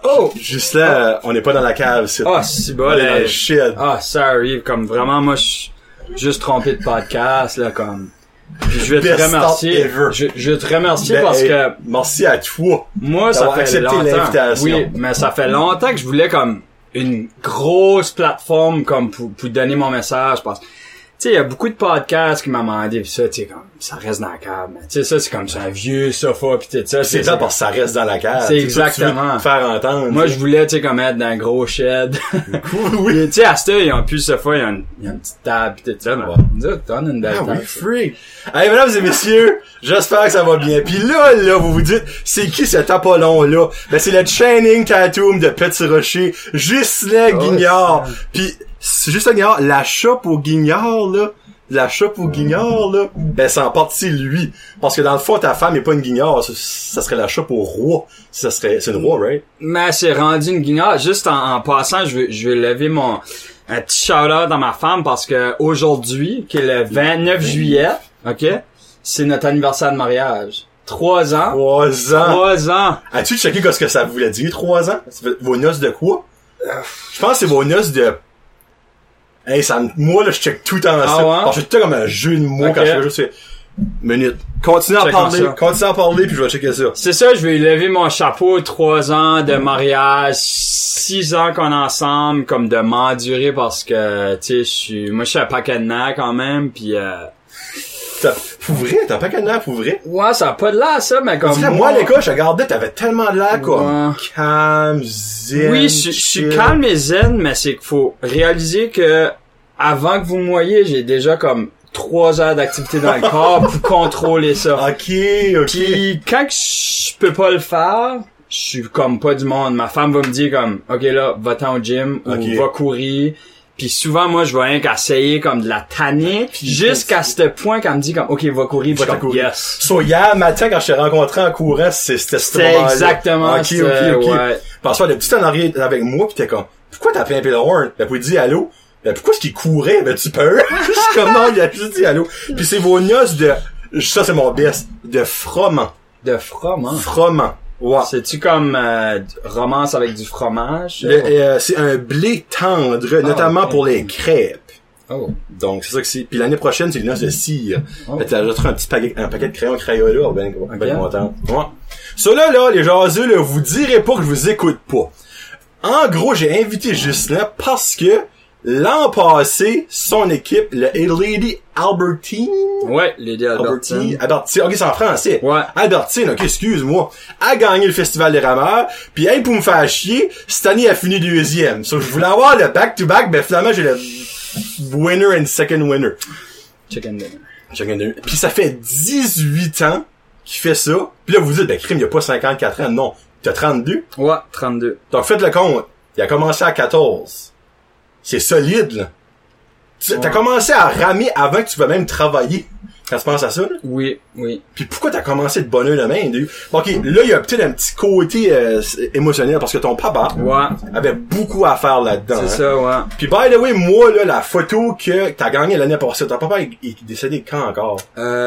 Oh! Juste là, on n'est pas dans la cave, c'est. Ah, c'est bon, on est dans le shed. Ah, ça arrive, comme vraiment, moi, je suis juste trompé de podcast, là, comme. Puis je vais te remercier. Je vais te remercier parce que. Merci à toi. Moi, ça fait longtemps. L'invitation. Oui, mais ça fait longtemps que je voulais comme une grosse plateforme comme pour donner mon message parce que tu sais, il y a beaucoup de podcasts qui m'ont demandé pis ça, tu sais, comme, ça reste dans la cave. Mais tu sais, ça, c'est comme ça, un vieux sofa pis tout ça. C'est ça parce que ça reste dans la cave. C'est exactement. Faire entendre. Moi, je voulais, tu sais, comme être dans un gros shed. Cool, oui. Tu sais, à ce temps, ils ont plus le sofa, il y a une petite table pis tout ça. Mais, t'en as une belle table. Oui, free. Hey, mesdames et messieurs, j'espère que ça va bien. Pis là, vous vous dites, c'est qui cet Apollon-là? Ben, c'est le Channing Tatum de Petit Rocher, Ghislain Guignard. Pis, c'est juste Guignard, la chope au Guignard, là, ben, c'est en partie lui. Parce que dans le fond, ta femme est pas une Guignard, ça serait la chope au roi. C'est une roi, right? Mais c'est rendu une Guignard. Juste en passant, je vais lever un petit shout-out à ma femme parce que aujourd'hui, qui est le 29 juillet, ok, c'est notre anniversaire de mariage. 3 ans. 3 ans. As-tu checké ce que ça voulait dire, 3 ans? Vos noces de quoi? Je pense que c'est vos noces de... Hey, moi, là, je check tout le temps ça. Ouais? Alors, je fais tout comme un jeu de mots quand je fais juste minute. Continue à parler, puis je vais checker ça. C'est ça, je vais lever mon chapeau, 3 ans de mariage, 6 ans qu'on est ensemble, comme de m'endurer parce que, tu sais, moi, je suis un paquet de nerfs quand même, puis Pour vrai? T'as pas qu'un air pour vrai? Ouais, ça a pas de l'air, ça, mais comme moi, à l'école, je regardais, t'avais tellement de l'air, comme calme, zen. Oui, je suis calme et zen, mais c'est qu'il faut réaliser que avant que vous me voyiez, j'ai déjà comme 3 heures d'activité dans le corps pour contrôler ça. Ok. Puis quand je peux pas le faire, je suis comme pas du monde. Ma femme va me dire comme, ok là, va-t'en au gym ou va courir. Puis souvent, moi, je vais rien qu'essayer comme de la tanner jusqu'à ce point qu'elle me dit comme, ok, va courir, va courir. Yes. So, hier matin, quand je t'ai rencontré en courant, c'était ce moment-là. Exactement. Ok. Ouais. Parce que le petit en arrière avec moi, pis t'es comme, pourquoi t'as pimpé le horn? Ben, pour lui dire allô. Ben, pourquoi est-ce qu'il courait? Ben, tu peux. Je suis comme, non, il a juste dit allô. Puis c'est vos noces ça c'est mon best, de froment. De froment? Froment. Ouais. C'est-tu comme romance avec du fromage? C'est un blé tendre, notamment pour les crêpes. Oh. Donc, c'est ça que c'est. Puis l'année prochaine, c'est le noce de cire. Fait que t'ajouteras un paquet de crayons Crayola, ben content. Ouais. Ça là, les jaseux, là, vous direz pas que je vous écoute pas. En gros, j'ai invité Ghislain parce que l'an passé, son équipe, le Lady Albertine. Ouais, Lady Albertine. Ok, c'est en français. Ouais. Albertine, ok, excuse-moi. A gagné le Festival des rameurs. Puis, hey, pour me faire chier, cette année, elle a fini 2e. So, je voulais avoir le back-to-back, ben finalement, j'ai le winner and second winner. Chicken dinner. Puis, ça fait 18 ans qu'il fait ça. Puis là, vous dites, ben, crime, il a pas 54 ans. Non. T'as 32? Ouais, 32. Donc, faites le compte. Il a commencé à 14. C'est solide, là. T'as commencé à ramer avant que tu vas même travailler. Quand tu penses à ça, là? Oui. Puis pourquoi t'as commencé de bonne heure de main, dude? Bon, ok, là, il y a peut-être un petit côté émotionnel parce que ton papa avait beaucoup à faire là-dedans. C'est ça, ouais. Puis by the way, moi, là, la photo que t'as gagnée l'année passée, ton papa est décédé quand encore?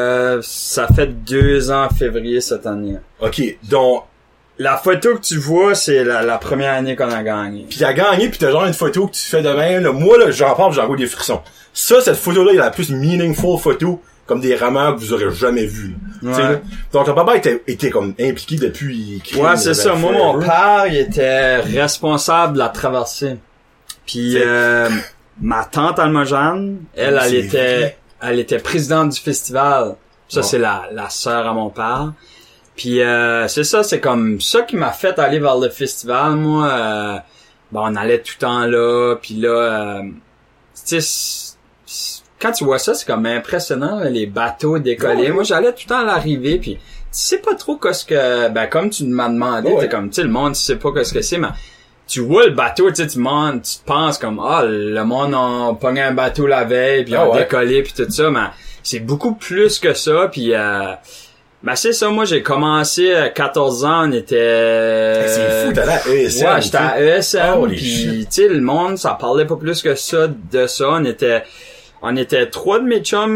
Ça fait 2 ans, février cette année. Ok, donc... La photo que tu vois, c'est la première année qu'on a gagné. Puis t'as gagné, puis t'as genre une photo que tu fais de même, là. Moi, là, j'en parle, j'en vois des frissons. Ça, cette photo-là, il y a la plus meaningful photo, comme des rameurs que vous aurez jamais vu. Ouais. Là. Donc, ton papa était comme impliqué depuis... Ouais, c'est ça. Moi, mon père, il était responsable de la traversée. Puis, ma tante Alma-Jeanne, elle était présidente du festival. Ça, c'est la sœur à mon père. Puis c'est ça, c'est comme ça qui m'a fait aller vers le festival. Moi, on allait tout le temps là, puis là, tu sais, quand tu vois ça, c'est comme impressionnant, là, les bateaux décollés. Ouais. Moi, j'allais tout le temps à l'arrivée, puis tu sais pas trop qu'est-ce que, comme tu m'as demandé, t'es comme, tu sais, le monde, tu sais pas qu'est-ce que c'est, mais tu vois le bateau, tu sais, tu penses comme, le monde a pogné un bateau la veille, puis ont décollé, puis tout ça, mais c'est beaucoup plus que ça, puis c'est ça, moi j'ai commencé à 14 ans, on était... C'est fou, t'allais à ESM. Ouais, j'étais à ESM, pis tu sais, le monde, ça parlait pas plus que ça, de ça. On était 3 de mes chums,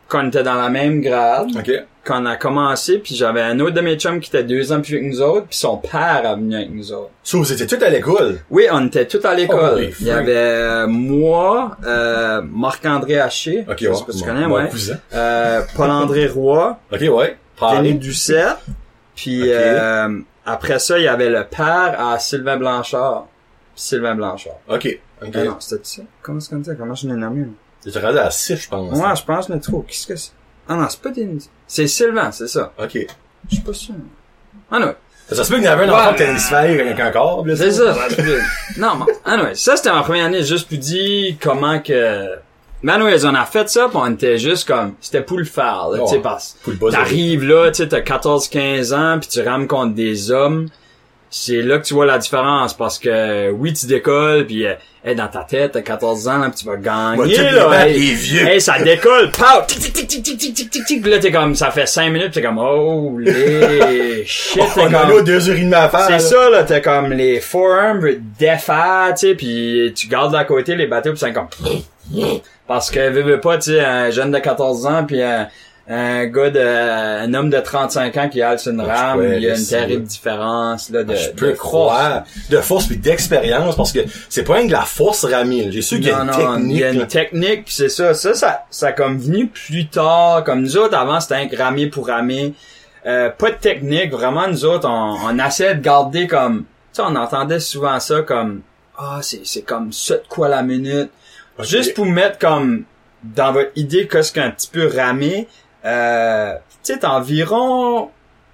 qu'on était dans la même grade. OK. Quand on a commencé, puis j'avais un autre de mes chums qui était 2 ans plus vieux que nous autres, puis son père a venu avec nous autres. So, vous étiez tous à l'école? Oui, on était tous à l'école. Oh, il y avait moi, Marc-André Haché. OK, je sais pas si tu connais, ouais. Cousin. Paul-André Roy. OK, ouais. Denis Doucette. Puis OK. après ça, il y avait le père à Sylvain Blanchard. Sylvain Blanchard. OK. OK. Non, c'était ça. Comment c'est comme ça? Comment je l'ai nommé? T'es rendu à 6, je pense. Ouais, je pense que je l'ai trop. Qu'est-ce que c'est? Ah non, c'est pas Denis. C'est Sylvain, c'est ça. OK. Je suis pas sûr. Ah non. Ça se peut qu'il y avait un enfant de tennisphère avec un corps, là. C'est ça. Non, mais, anyway, ça c'était ma première année, juste pour dire comment que, mais anyway, on a fait ça, pis on était juste comme, c'était pour le faire, là, tu sais, parce que t'arrives là, tu sais, t'as 14-15 ans, pis tu rames contre des hommes, c'est là que tu vois la différence, parce que, oui, tu décolles, pis dans ta tête, t'as 14 ans, là, pis tu vas gagner, là, vieux. Ça décolle, pow, tic, tic, tic, tic, tic, tic, tic, tic, tic, là, t'es comme, ça fait 5 minutes, t'es comme, oh, les shit, on a là 2h30 à faire. C'est ça, là, t'as comme les forearms défaits, tu sais, pis tu gardes d'à côté les bateaux, pis c'est comme, parce que, veux pas, tu sais, un jeune de 14 ans, pis un gars un homme de 35 ans qui a une rame, il y a une terrible différence, là, je peux croire. De force pis d'expérience, parce que c'est pas rien que la force ramée. J'ai su qu'il y a une technique. Il y a une technique, pis c'est ça. Ça comme venu plus tard, comme nous autres, avant, c'était un ramer pour ramer. Pas de technique, vraiment, nous autres, on essayait de garder comme, tu sais, on entendait souvent ça comme, c'est comme ça de quoi la minute. Okay. Juste pour mettre comme, dans votre idée, qu'est-ce qu'un petit peu ramé, tu sais, t'as environ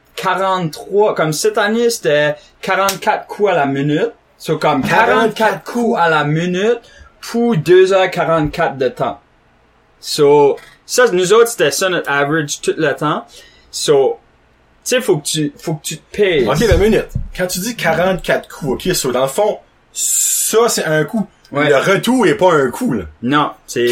43, comme cette année, c'était 44 coups à la minute. So, comme 44 coups à la minute pour 2h44 de temps. So, ça, nous autres, c'était ça notre average tout le temps. So, tu sais, faut que tu te payes. OK, 20 minutes. Quand tu dis 44 coups, OK, so, dans le fond, ça, c'est un coup. Ouais. Le retour est pas un coup, là. Non, c'est...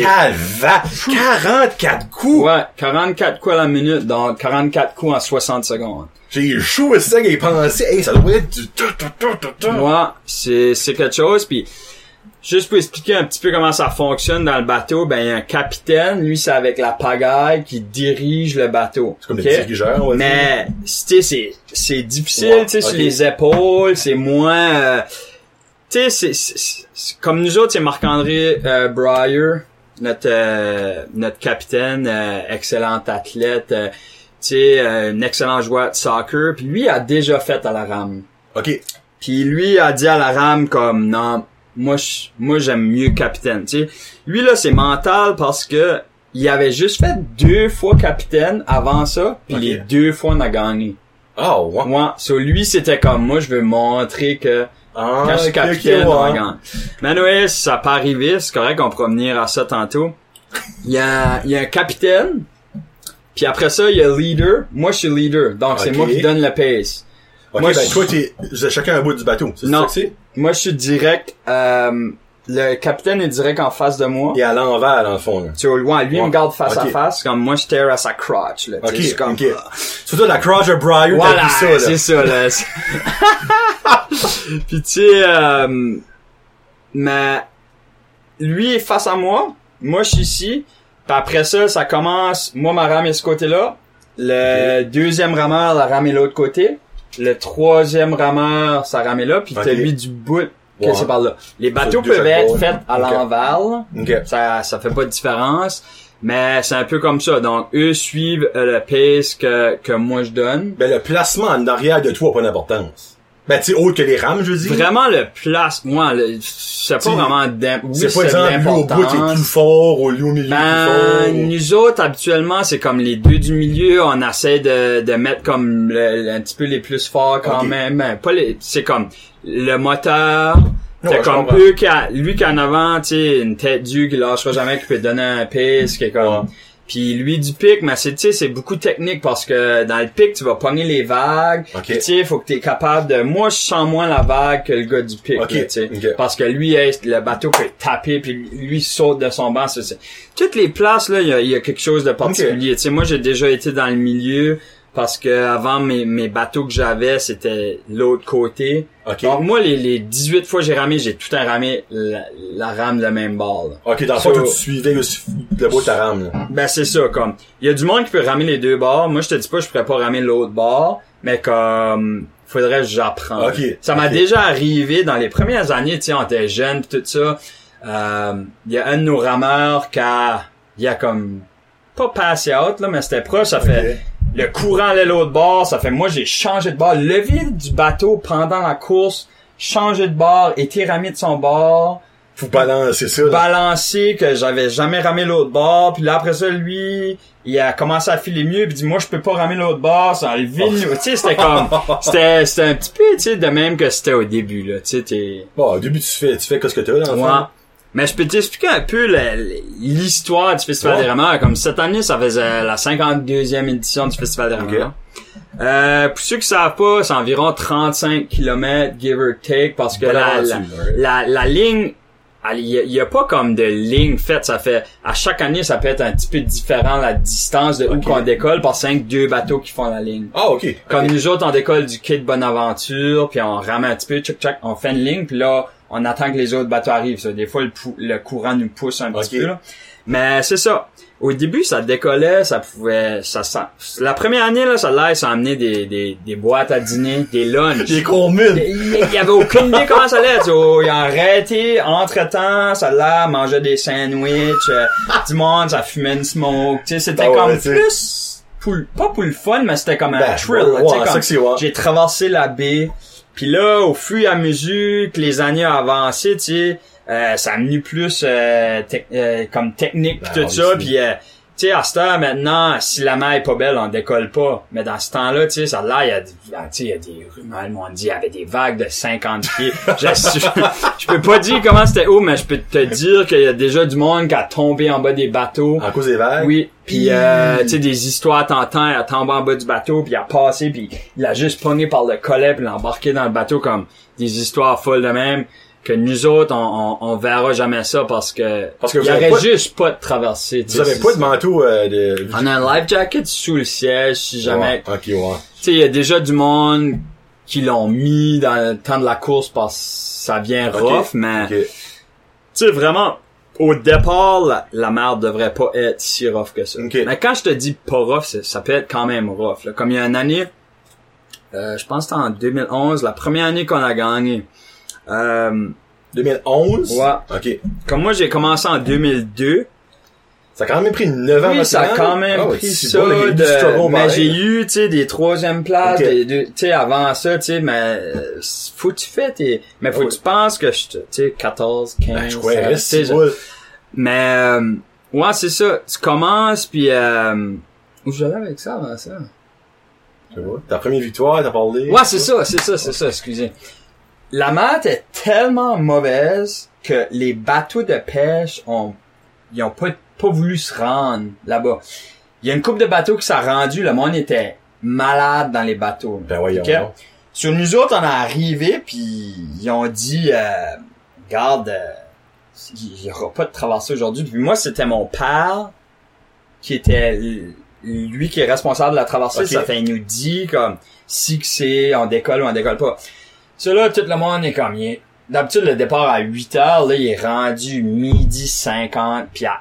44 coups! Ouais, 44 coups à la minute, donc 44 coups en 60 secondes. J'ai chaud à ça qu'il pensait, hey, ça doit être du... Ouais, c'est quelque chose, puis juste pour expliquer un petit peu comment ça fonctionne dans le bateau, ben, il y a un capitaine, lui, c'est avec la pagaille qui dirige le bateau. C'est comme des dirigeurs, ouais. Mais, tu sais, c'est difficile, tu sais, sur les épaules, c'est moins... tu sais, c'est comme nous autres, c'est Marc-André Breyer, notre capitaine, excellent athlète, tu sais, un excellent joueur de soccer, puis lui a déjà fait à la rame. OK. Puis lui a dit à la rame comme non, moi j'aime mieux capitaine, tu sais. Lui là, c'est mental parce que il avait juste fait 2 fois capitaine avant ça, puis les 2 fois on a gagné. Oh, ouais. Ouais, so lui c'était comme moi je veux montrer que quand je suis capitaine, on gagne. Mais anyway, ça peut arriver, c'est correct, on pourra venir à ça tantôt. Il y a un capitaine, puis après ça, il y a leader. Moi, je suis leader, donc c'est moi qui donne le pace. Ok, moi, toi, vous êtes chacun un bout du bateau, c'est ça que c'est? Moi, je suis direct, le capitaine est direct en face de moi. Et à l'envers, dans le fond, là. Tu vois, lui, il me garde face à face, comme moi, je stare à sa crotch, là. Ok, comme, surtout la crotch de Breyer, voilà, t'as vu ça, là. C'est ça, là. Puis tu sais, mais lui est face à moi je suis ici, puis après ça commence, moi ma rame est de ce côté-là, le deuxième rameur la rame est de l'autre côté, le troisième rameur sa rame est là, puis t'as lui du bout que c'est par là. Les bateaux peuvent être faits à l'envers, ça fait pas de différence. Mais c'est un peu comme ça. Donc, eux suivent le pace que moi je donne. Ben, le placement en arrière de toi a pas d'importance. Ben, tu sais, autre que les rames, je veux dire. Vraiment, le placement, c'est pas vraiment c'est pas exemple, lui au bout, t'es plus fort, ou lui au milieu, plus fort. Nous autres, habituellement, c'est comme les 2 du milieu, on essaie de mettre comme un petit peu les plus forts quand même. Ben, c'est comme le moteur. C'est comme eux lui qui en avant, tu sais, une tête dure qui lâchera jamais, qui peut donner un pace, qui est comme, puis lui du pic, mais c'est beaucoup de technique parce que dans le pic, tu vas pogner les vagues, tu sais, faut que t'es capable de, moi, je sens moins la vague que le gars du pic, tu sais, parce que lui, le bateau peut taper puis lui saute de son banc, toutes les places, là, il y a quelque chose de particulier, tu sais, moi, j'ai déjà été dans le milieu, parce que avant mes bateaux que j'avais, c'était l'autre côté. Okay. Donc moi, les 18 fois que j'ai ramé, j'ai tout le temps ramé la rame de même bord. Là. Ok, dans le fond, tu suivais le bout de ta rame. Là. Ben c'est ça, comme il y a du monde qui peut ramer les deux bords. Moi, je te dis pas, je pourrais pas ramer l'autre bord, mais comme faudrait que j'apprenne. Okay. Ça m'a déjà arrivé dans les premières années, tu sais, on était jeunes pis tout ça. Il y a un de nos rameurs qui a comme pas passé out là, mais c'était proche. Ça fait le courant allait l'autre bord. Ça fait moi j'ai changé de bord, levé du bateau pendant la course, changé de bord, été ramé de son bord. Faut balancer ça. Balancer que j'avais jamais ramé l'autre bord. Puis là après ça lui il a commencé à filer mieux puis dit moi je peux pas ramer l'autre bord, ça a levé tu sais c'était comme c'était un petit peu tu sais de même que c'était au début là, tu sais bon au début tu fais qu'est-ce que t'as dans le fond. Mais je peux t'expliquer un peu l'histoire du Festival des rameurs. Comme cette année, ça faisait la 52e édition du Festival des rameurs. Pour ceux qui savent pas, c'est environ 35 km, give or take, parce que la ligne, il y a pas comme de ligne faite. Ça fait, à chaque année, ça peut être un petit peu différent, la distance de où qu'on décolle, parce que c'est 2 bateaux qui font la ligne. Ah, ok. Comme nous autres, on décolle du quai de Bonaventure, puis on rame un petit peu, tchac, on fait une ligne, puis là, on attend que les autres bateaux arrivent. Ça. Des fois, le courant nous pousse un petit peu. Là. Mais c'est ça. Au début, ça décollait, la première année, là, ça amenait des boîtes à dîner, des lunchs. Des communes. Il y avait aucune idée comment ça allait. Ils ont arrêté, entre-temps, ça mangeait des sandwichs, du monde, ça fumait une smoke. Tu sais, c'était plus, pas pour le fun, mais c'était comme un thrill. J'ai traversé la baie. Puis là, au fur et à mesure que les années ont avancé, tu sais, ça a amené plus comme technique pis tout ça. Puis tu sais, à ce temps maintenant, si la mer est pas belle, on décolle pas. Mais dans ce temps-là, tu sais, ça là, il y a des rumeurs, le monde dit, il y avait des vagues de 50 pieds. Je peux pas dire comment c'était haut, mais je peux te dire qu'il y a déjà du monde qui a tombé en bas des bateaux. À cause des vagues? Oui. Puis tu sais, des histoires t'entends, il a tombé en bas du bateau, puis il a passé, puis il a juste pogné par le collet, puis il a embarqué dans le bateau, comme des histoires folles de même. Que nous autres, on verra jamais ça parce que il y aurait juste pas de traversée. Vous avez pas de manteau de... On a un life jacket sous le siège si jamais. Ouais, tu sais, il y a déjà du monde qui l'ont mis dans le temps de la course parce que ça vient rough, mais tu sais vraiment au départ la mer devrait pas être si rough que ça. Mais quand je te dis pas rough, ça peut être quand même rough. Là. Comme il y a une année, je pense que c'était en 2011, la première année qu'on a gagné. 2011? Ouais. Ok. Comme moi, j'ai commencé en 2002. Ça a quand même pris 9 ans. Oui, ça a quand même pris ça mais j'ai eu, tu sais, des 3e places, tu sais, avant ça, tu sais, mais faut que tu fais mais faut que tu penses que tu sais, 14, 15, ben, je crois, mais, ouais, c'est ça. Tu commences, puis où j'allais avec ça avant ça? Je sais pas. Ta première victoire, t'as parlé? Ouais, c'est ça, excusez. La mer est tellement mauvaise que les bateaux de pêche ils ont pas voulu se rendre là-bas. Il y a une couple de bateaux qui s'est rendu, le monde était malade dans les bateaux. Ben voyons. Okay? Sur nous autres, on est arrivé puis ils ont dit regarde, il y aura pas de traversée aujourd'hui. Puis moi, c'était mon père qui était lui qui est responsable de la traversée. Ça fait, il nous dit comme si que c'est on décolle ou on décolle pas. Ça là, tout le monde est comme d'habitude le départ à 8h, là il est rendu 12h50, puis à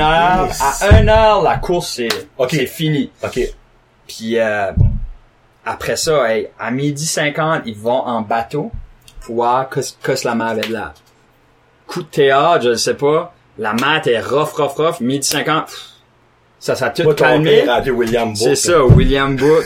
1h, la course c'est fini. OK. Puis après ça, à 12h50, ils vont en bateau pour voir qu'est-ce la mer avait de là. Coup de théâtre, je ne sais pas, la mer était rough, 12h50. Ça a tout calmé. C'est ça, William Book.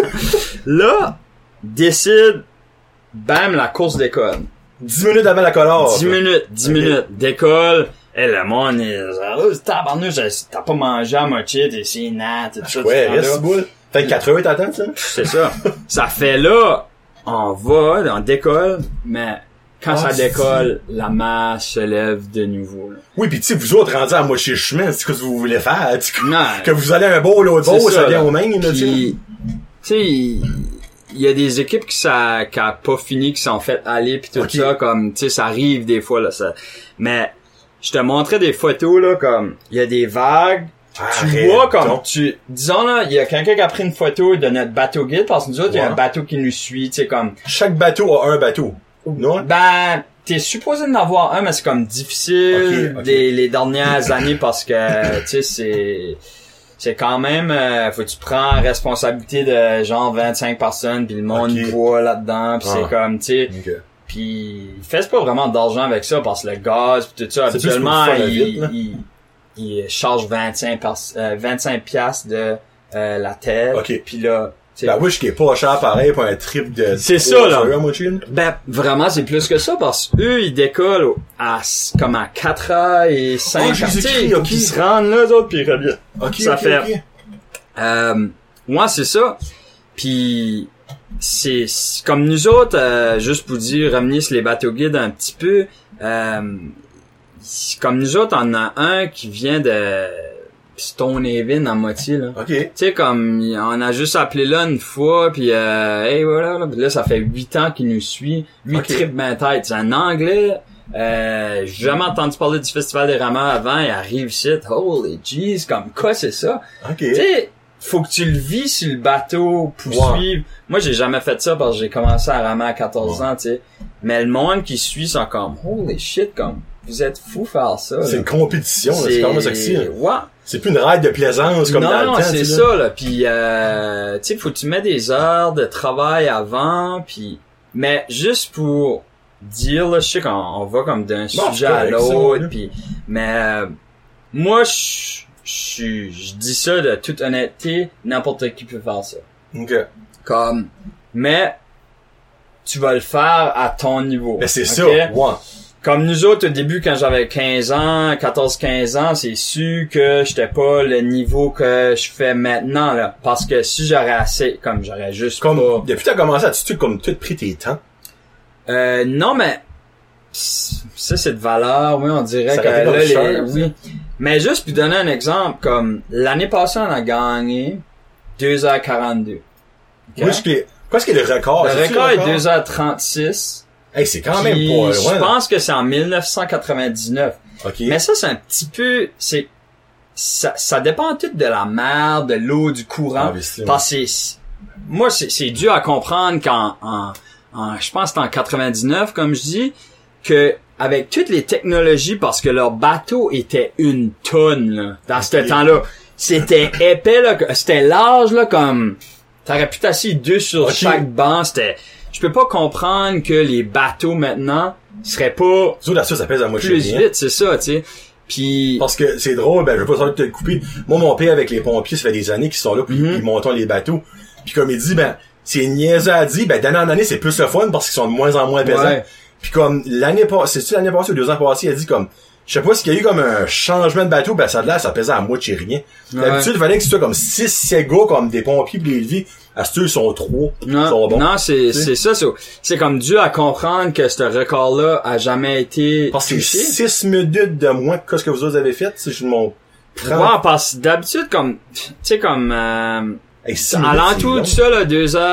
Là, décide bam, la course décolle. 10 minutes avant la colore. 10 minutes. Décolle. Le monde est, tabarnouche, t'as pas mangé à moitié, t'es si nat, et tout ça. Ouais, reste boule. Fait que 4 heures t'attends, ça? C'est ça. Ça fait là, on décolle, mais quand ça décolle, la mer se lève de nouveau, là. Oui, pis tu sais, vous autres rendus à moitié chemin, c'est ce que vous voulez faire, non. Que vous allez un beau, l'autre beau, ça vient au même, là, tu sais. Il y a des équipes qui a pas fini, qui sont faites aller pis tout ça, comme, tu sais, ça arrive des fois, là, ça. Mais, je te montrais des photos, là, comme, il y a des vagues, tu vois comme disons là, il y a quelqu'un qui a pris une photo de notre bateau guide parce que nous autres, il y a un bateau qui nous suit, tu sais comme. Chaque bateau a un bateau. Non? Ben, t'es supposé d'en avoir un, mais c'est comme difficile les dernières années parce que, tu sais, c'est quand même, faut que tu prends la responsabilité de genre 25 personnes puis le monde voit là-dedans pis c'est comme, tu sais, pis ils font pas vraiment d'argent avec ça parce que le gaz pis tout ça, habituellement, ils chargent 25 piastres de, la tête. Pis là, la wish qui est pas cher pareil pour un trip de... C'est ça, là. Ben, vraiment, c'est plus que ça, parce qu'eux, ils décollent comme à 4h05. Ils se rendent là, eux autres, pis ils reviennent. Ça fait... moi, c'est ça. Puis c'est comme nous autres, juste pour dire, revenir sur les bateaux guides un petit peu, comme nous autres, on a un qui vient de... Stonehaven à moitié là. Tu sais comme on a juste appelé là une fois puis hey voilà là ça fait 8 ans qu'il nous suit. Lui tripe ma tête, c'est un anglais. J'ai jamais entendu parler du festival des rameurs avant, il arrive ici, holy jeez, comme quoi c'est ça. Tu sais, faut que tu le vis sur le bateau pour suivre. Moi j'ai jamais fait ça parce que j'ai commencé à ramer à 14 ans, tu sais. Mais le monde qui suit sont comme holy shit, comme vous êtes fous faire ça. C'est une compétition, c'est quand même sexy. Ouais. C'est plus une ride de plaisance comme dans le temps. Non, c'est ça, là. Puis, tu sais, faut que tu mets des heures de travail avant, puis... Mais juste pour dire, là, je sais qu'on va comme d'un sujet à l'autre, puis... Mais, moi, je dis ça de toute honnêteté, n'importe qui peut faire ça. Comme... Mais, tu vas le faire à ton niveau. Mais c'est ça, ouais. Comme nous autres, au début, quand j'avais 15 ans, 14-15 ans, c'est sûr que j'étais pas le niveau que je fais maintenant, là. Parce que si j'aurais j'aurais juste comme, pas... Depuis que t'as commencé, as-tu comme tout pris tes temps? Non, mais... Ça, c'est de valeur, oui, on dirait ça que là, oui. Mais juste pour donner un exemple, comme, l'année passée, on a gagné 2h42. Qu'est-ce qui est le record? Le record est 2h36. Hey, c'est quand même pas loin. Je pense que c'est en 1999. Mais ça, c'est un petit peu, ça dépend tout de la mer, de l'eau, du courant. Parce que moi, c'est dur à comprendre je pense que c'est en 99, comme je dis, que avec toutes les technologies, parce que leur bateau était une tonne, là, dans ce temps-là. C'était épais, là, c'était large, là, comme, t'aurais pu t'asseoir 2 sur chaque banc, je peux pas comprendre que les bateaux maintenant seraient pas ça pèse à moitié plus vite, c'est ça, tu sais. Puis parce que c'est drôle, je veux pas te couper. Moi, mon père avec les pompiers, ça fait des années qu'ils sont là, puis ils montent les bateaux. Puis comme il dit, c'est niaiseux à dire, d'année en année, c'est plus le fun parce qu'ils sont de moins en moins pesants. Puis comme l'année passée ou 2 ans passés, il a dit comme, je sais pas s'il y a eu comme un changement de bateau, ça a l'air, ça pesait à moitié rien. D'habitude, il fallait que ce soit comme 6 gars, comme des pompiers pis les leviers. À ce ils sont 3. Non, c'est ça. C'est comme dur à comprendre que ce record-là a jamais été parce que c'est 6 minutes de moins que ce que vous autres avez fait, si je mon 30. Ouais, parce que d'habitude, comme, tu sais, comme, à l'entour de ça, là,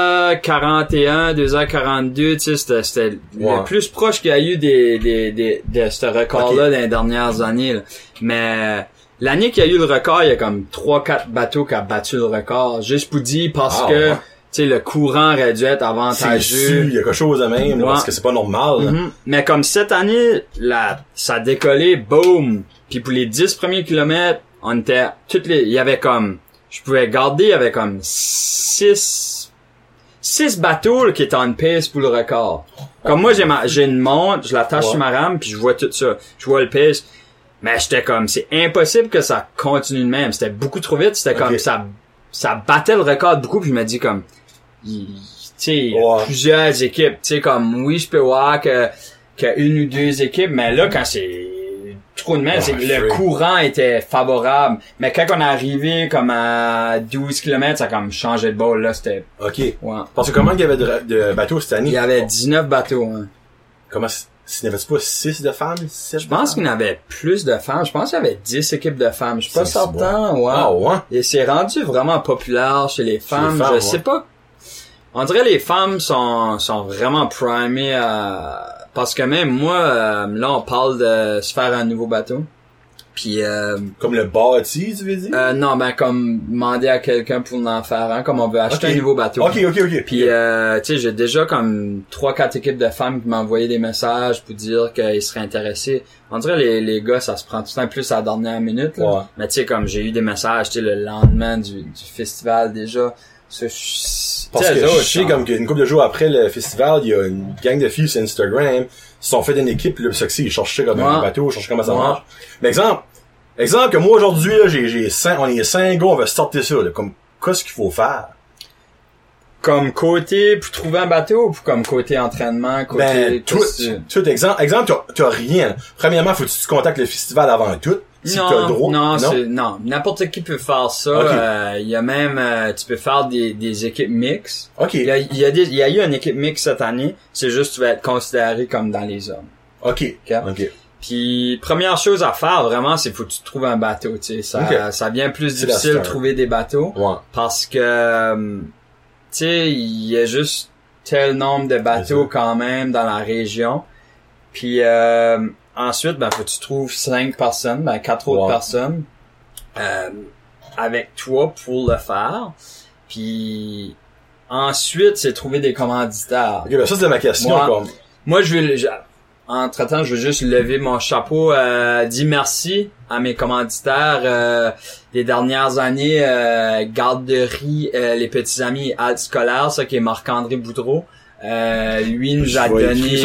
2h41, 2h42, tu sais, c'était le plus proche qu'il y a eu de ce record-là dans les dernières années, là. Mais, l'année qu'il y a eu le record, il y a comme 3-4 bateaux qui a battu le record. Juste pour dire parce que, tu sais, le courant aurait dû être avantageux. Il y a quelque chose de même, là, parce que c'est pas normal, Mais comme cette année, ça a décollé, boom. Puis pour les 10 premiers kilomètres, on était, il y avait comme, je pouvais garder, il y avait comme 6 bateaux, là, qui étaient en pace pour le record. Comme moi, j'ai une montre, je l'attache sur ma rame, puis je vois tout ça. Je vois le pace. Mais j'étais comme, c'est impossible que ça continue de même. C'était beaucoup trop vite. C'était comme, ça battait le record beaucoup. Puis je me dis comme, tu sais, plusieurs équipes. Tu sais, comme, oui, je peux voir que une ou 2 équipes. Mais là, quand c'est trop de même, c'est que le courant était favorable. Mais quand on est arrivé comme à 12 km, ça a comme changé de bord. Là, c'était... Parce que comment il y avait de bateaux cette année? Il y avait 19 bateaux, Comment s'il n'y avait pas 6 de femmes? Je pense qu'il y en avait plus de femmes. Je pense qu'il y avait 10 équipes de femmes. Je suis pas certain. Et c'est rendu vraiment populaire chez les femmes. Je sais pas. On dirait les femmes sont vraiment primées parce que même moi, là, on parle de se faire un nouveau bateau. Puis comme le bâti, tu veux dire? Non, ben comme demander à quelqu'un pour en faire un, comme on veut acheter un nouveau bateau. OK. Puis tu sais, j'ai déjà comme 3-4 équipes de femmes qui m'envoyaient des messages pour dire qu'ils seraient intéressés. On dirait les gars, ça se prend tout le temps plus à la dernière minute. Là. Ouais. Mais tu sais, comme j'ai eu des messages, tu sais, le lendemain du festival déjà. Parce que je sais comme qu'une couple de jours après le festival, il y a une gang de filles sur Instagram qui sont fait une équipe, là, ça que c'est, ils cherchaient comme un bateau, ils cherchaient comment ça marche. Mais exemple que moi aujourd'hui, là, on est 5 gars, on va sortir ça, là, comme, qu'est-ce qu'il faut faire? Comme côté pour trouver un bateau ou comme côté entraînement, côté... tout exemple, t'as rien. Là. Premièrement, faut que tu te contactes le festival avant tout. Si non, t'as le droit. non, n'importe qui peut faire ça. Okay. Il y a même, tu peux faire des équipes mixtes. OK. Il y a eu une équipe mixte cette année. C'est juste, tu vas être considéré comme dans les hommes. OK. Puis, première chose à faire, vraiment, c'est faut que tu trouves un bateau, tu sais. Ça devient plus difficile de trouver des bateaux. Ouais. Parce que, tu sais, il y a juste tel nombre de bateaux quand même dans la région. Puis, ensuite, ben, faut que tu trouves 5 personnes, 4 autres personnes, avec toi pour le faire. Puis, ensuite, c'est trouver des commanditaires. OK, ben ça, c'est ma question, Moi, entre-temps, je veux juste lever mon chapeau, dire merci à mes commanditaires, des dernières années, Garderie, les petits amis Alt Scolaire, ça qui est Marc-André Boudreau. Lui nous a donné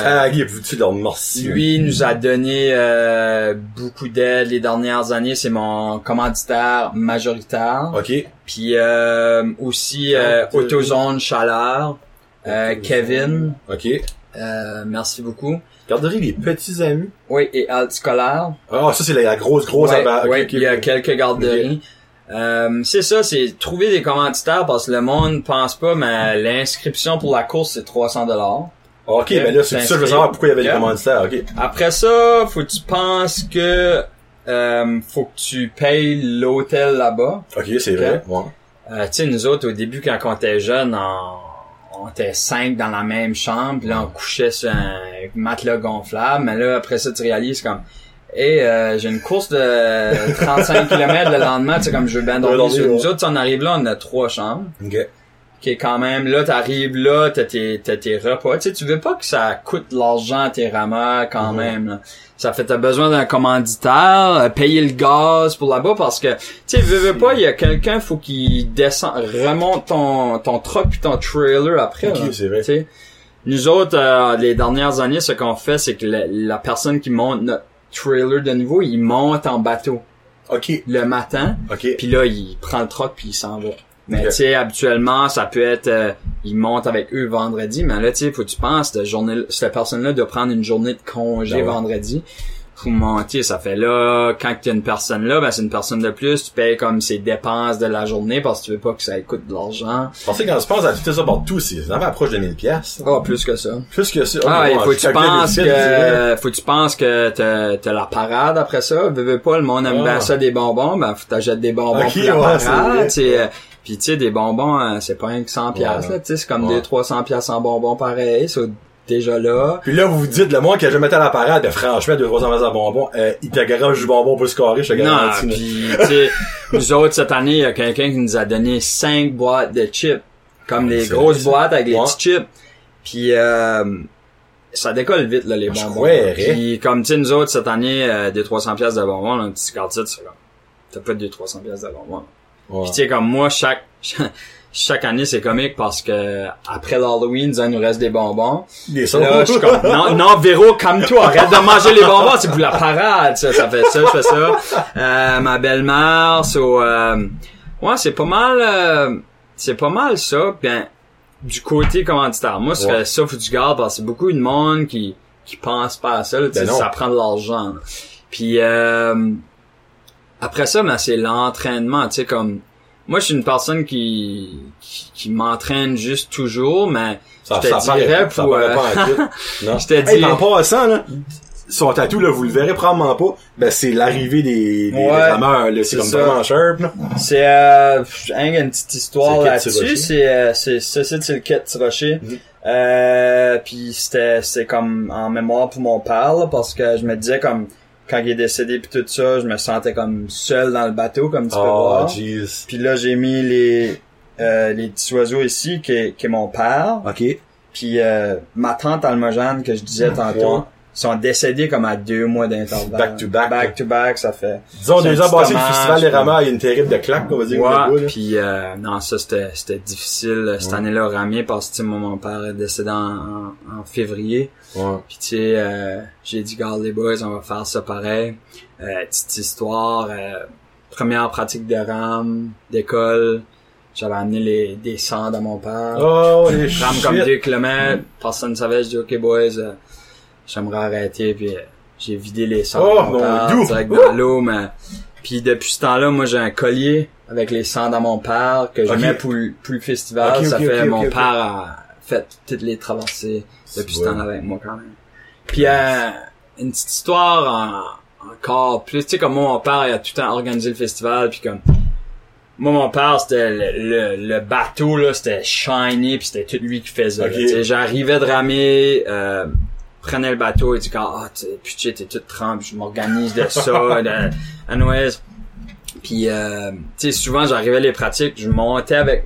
lui nous a donné beaucoup d'aide les dernières années, c'est mon commanditaire majoritaire. OK. Puis aussi AutoZone Chaleur, Kevin. OK. Merci beaucoup. Garderie les petits amis. Oui, et Alt Scolaire. Ah, ça c'est la grosse ouais, il y a quelques garderies. C'est ça, c'est trouver des commanditaires parce que le monde pense pas, mais l'inscription pour la course c'est $300. OK, ben là, c'est ça, je veux savoir pourquoi il y avait des commanditaires, OK. Après ça, faut que tu penses que, faut que tu payes l'hôtel là-bas. OK, c'est vrai, ouais. Tu sais, nous autres, au début, quand on était jeunes, on était 5 dans la même chambre, puis là, on couchait sur un matelas gonflable, mais là, après ça, tu réalises comme, j'ai une course de 35 km le lendemain, tu sais, comme je veux bien dormir sur nous autres, on arrive là, on a 3 chambres. OK. Qui est quand même, là, t'arrives là, t'as tes repas. Tu sais, tu veux pas que ça coûte l'argent à tes rameurs quand même, là. Ça fait, t'as besoin d'un commanditaire, payer le gaz pour là-bas parce que, tu sais, veux pas, il y a quelqu'un, faut qu'il remonte ton truck puis ton trailer après. OK, là, c'est vrai. T'sais. Nous autres, les dernières années, ce qu'on fait, c'est que la personne qui monte notre trailer de nouveau, il monte en bateau. OK. Le matin. OK. Puis là, il prend le truck puis il s'en va. Mais tu sais, habituellement, ça peut être, ils montent avec eux vendredi, mais là, tu sais, faut que tu penses, cette personne-là doit prendre une journée de congé vendredi. Faut monter, ça fait là, quand tu as une personne là, ben c'est une personne de plus, tu payes comme ses dépenses de la journée parce que tu veux pas que ça coûte de l'argent. Parce que quand tu penses à tout ça partout, c'est vraiment approche de 1000$. Ah, plus que ça. Plus que ça. Il faut que tu penses que t'as la parade après ça. Veux pas, le monde aime bien ça des bonbons, ben faut t'achètes des bonbons pour la parade, puis tu sais, des bonbons, c'est pas rien que 100$, là, tu sais, c'est comme 200-300$ en bonbons pareil, ça, déjà là. Puis là, vous vous dites, le moins que je mettais à la parade, ben, franchement, 200-300$ en bonbons, il te garage du bonbon pour se carrer, je te garantis. Non, pis, tu sais, nous autres, cette année, il y a quelqu'un qui nous a donné 5 boîtes de chips, comme les grosses boîtes avec les petits chips. Puis, ça décolle vite, là, les bonbons. Puis, comme, tu sais, nous autres, cette année, 200-300$ de bonbons, là, un petit quartier, t'as pas de 200$ de bonbons. Puis tu sais, comme moi, chaque année, c'est comique parce que après l'Halloween, il nous reste des bonbons. Des là, je suis comme, non, Véro, calme-toi, arrête de manger les bonbons, c'est pour la parade, ça fait ça, je fais ça. Ma belle-mère, ouais, c'est pas mal ça. Bien, du côté commanditaire, moi, ça, faut que tu gardes parce que c'est beaucoup de monde qui pense pas à ça, là, ça prend de l'argent. Là. Puis, après ça, ben, c'est l'entraînement, tu sais, comme, moi, je suis une personne qui m'entraîne juste toujours, mais je te dirais pour... je te dis... Hey, en passant, là, son tatou, là, vous le verrez probablement pas, ben, c'est l'arrivée des rameurs, là, c'est comme vraiment sharp, là. C'est, une petite histoire là-dessus, c'est le Quai Rocher. Puis c'est comme en mémoire pour mon père, là, parce que je me disais comme, quand il est décédé pis tout ça, je me sentais comme seul dans le bateau, comme tu peux voir. Jeez. Puis là, j'ai mis les petits oiseaux ici, qui est mon père. OK. Puis ma tante Almojane, que je disais tantôt, sont décédés comme à 2 mois d'intervalle. Back to back. Back to back, ça fait... Disons, 2 ans passés, le festival des rameurs, il y a une terrible de claque, on va dire. Ouais, puis non, ça, c'était difficile. Cette année-là, ramier, parce que, mon père est décédé en février. Ouais. Puis, tu sais, j'ai dit, garde les boys, on va faire ça pareil. Petite histoire, première pratique de rame, d'école. J'avais amené des cendres à mon père. Oh, les shit! Rame comme 2 kilomètres. Personne ne savait, je dis, OK, boys, j'aimerais arrêter, puis j'ai vidé les cendres de mon père, direct dans l'eau, mais... Puis depuis ce temps-là, moi, j'ai un collier avec les cendres à mon père que je mets pour le festival. Mon père a fait toutes les traversées depuis ce temps-là avec moi, quand même. Puis une petite histoire encore plus, tu sais, comme moi, mon père, il a tout le temps organisé le festival, puis comme... Moi, mon père, c'était le bateau, là, c'était shiny, puis c'était tout lui qui faisait. Okay. J'arrivais de ramer, prenais le bateau et dit putain, t'es toute trempe, je m'organise de ça, anyways. Puis, tu sais, souvent, j'arrivais les pratiques, je montais avec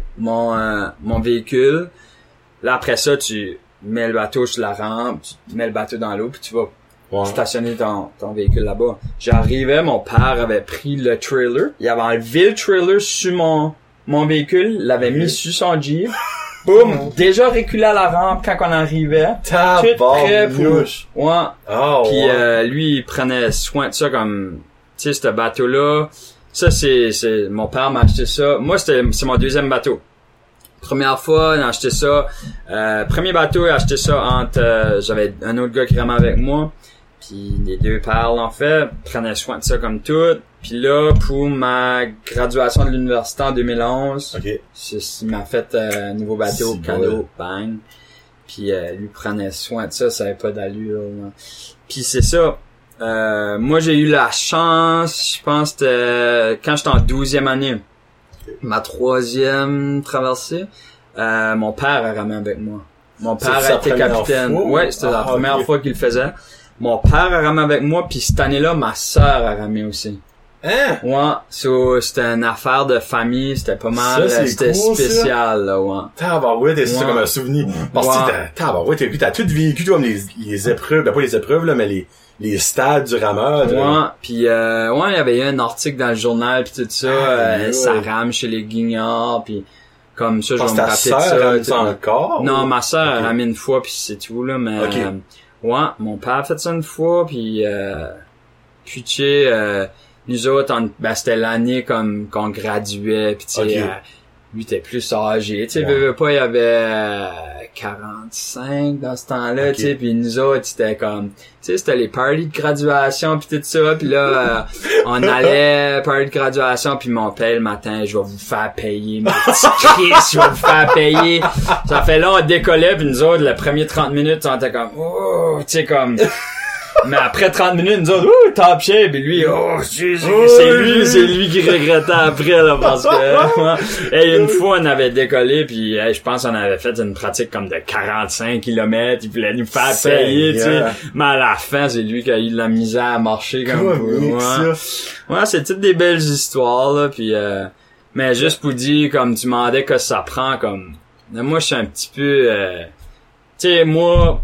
mon véhicule. Là, après ça, tu mets le bateau sur la rampe, tu mets le bateau dans l'eau, puis tu vas stationner ton véhicule là-bas. J'arrivais, mon père avait pris le trailer, il avait enlevé le trailer sur mon véhicule, l'avait mis sur son Jeep. Boum! Déjà reculé à la rampe quand on arrivait. Tout prêt pour... Ouais. Oh, puis lui, il prenait soin de ça comme... Tu sais, ce bateau-là... Ça, c'est... Mon père m'a acheté ça. Moi, c'est mon 2e bateau. Première fois, il a acheté ça. Premier bateau, il a acheté ça entre... J'avais un autre gars qui ramait avec moi. Puis les 2 pères, en fait, prenaient soin de ça comme tout. Puis là, pour ma graduation de l'université en 2011, il m'a fait un nouveau bateau, cadeau, bang. Puis lui prenait soin de ça avait pas d'allure. Là. Puis c'est ça. Moi, j'ai eu la chance, je pense, quand j'étais en 12e année, ma 3e traversée, mon père a ramé avec moi. Mon père a été capitaine. Ouais, c'était la première fois qu'il le faisait. Mon père a ramé avec moi, puis cette année-là, ma sœur a ramé aussi. Hein? Ouais, c'était une affaire de famille, c'était pas mal, c'était cool, spécial, ça. Là, ouais. Tabarouette, c'est ça comme un souvenir. Parce que tabarouette, t'as tout vécu, comme les épreuves, pas les épreuves, là, mais les stades du rameur. Ouais, pis il y avait eu un article dans le journal pis tout ça, ça rame chez les guignards pis comme ça, je vais me rappeler de ça. Encore? Non, ma sœur a ramé une fois pis c'est tout, là, mais, mon père a fait ça une fois pis tu sais, nous autres, c'était l'année comme qu'on graduait pis tu sais, lui était plus âgé, tu sais, il y avait 45 dans ce temps-là, tu sais, puis nous autres, c'était comme, tu sais, c'était les parties de graduation puis tout ça, puis là, on allait party de graduation, puis mon père le matin, je vais vous faire payer, mes petits Chris, je vais vous faire payer. Ça fait là, on décollait, puis nous autres, les premiers 30 minutes, on était comme, oh, tu sais, comme... Mais après 30 minutes, nous autres, top shape, et lui, c'est lui qui regrettait après, là, parce que, une fois, on avait décollé, puis, je pense qu'on avait fait une pratique comme de 45 km, il voulait nous faire payer, tu sais. Mais à la fin, c'est lui qui a eu de la misère à marcher, comme pour ouais, c'est toutes des belles histoires, là, puis, mais juste pour dire, comme tu demandais que ça prend, comme, moi, je suis un petit peu, tu sais, moi,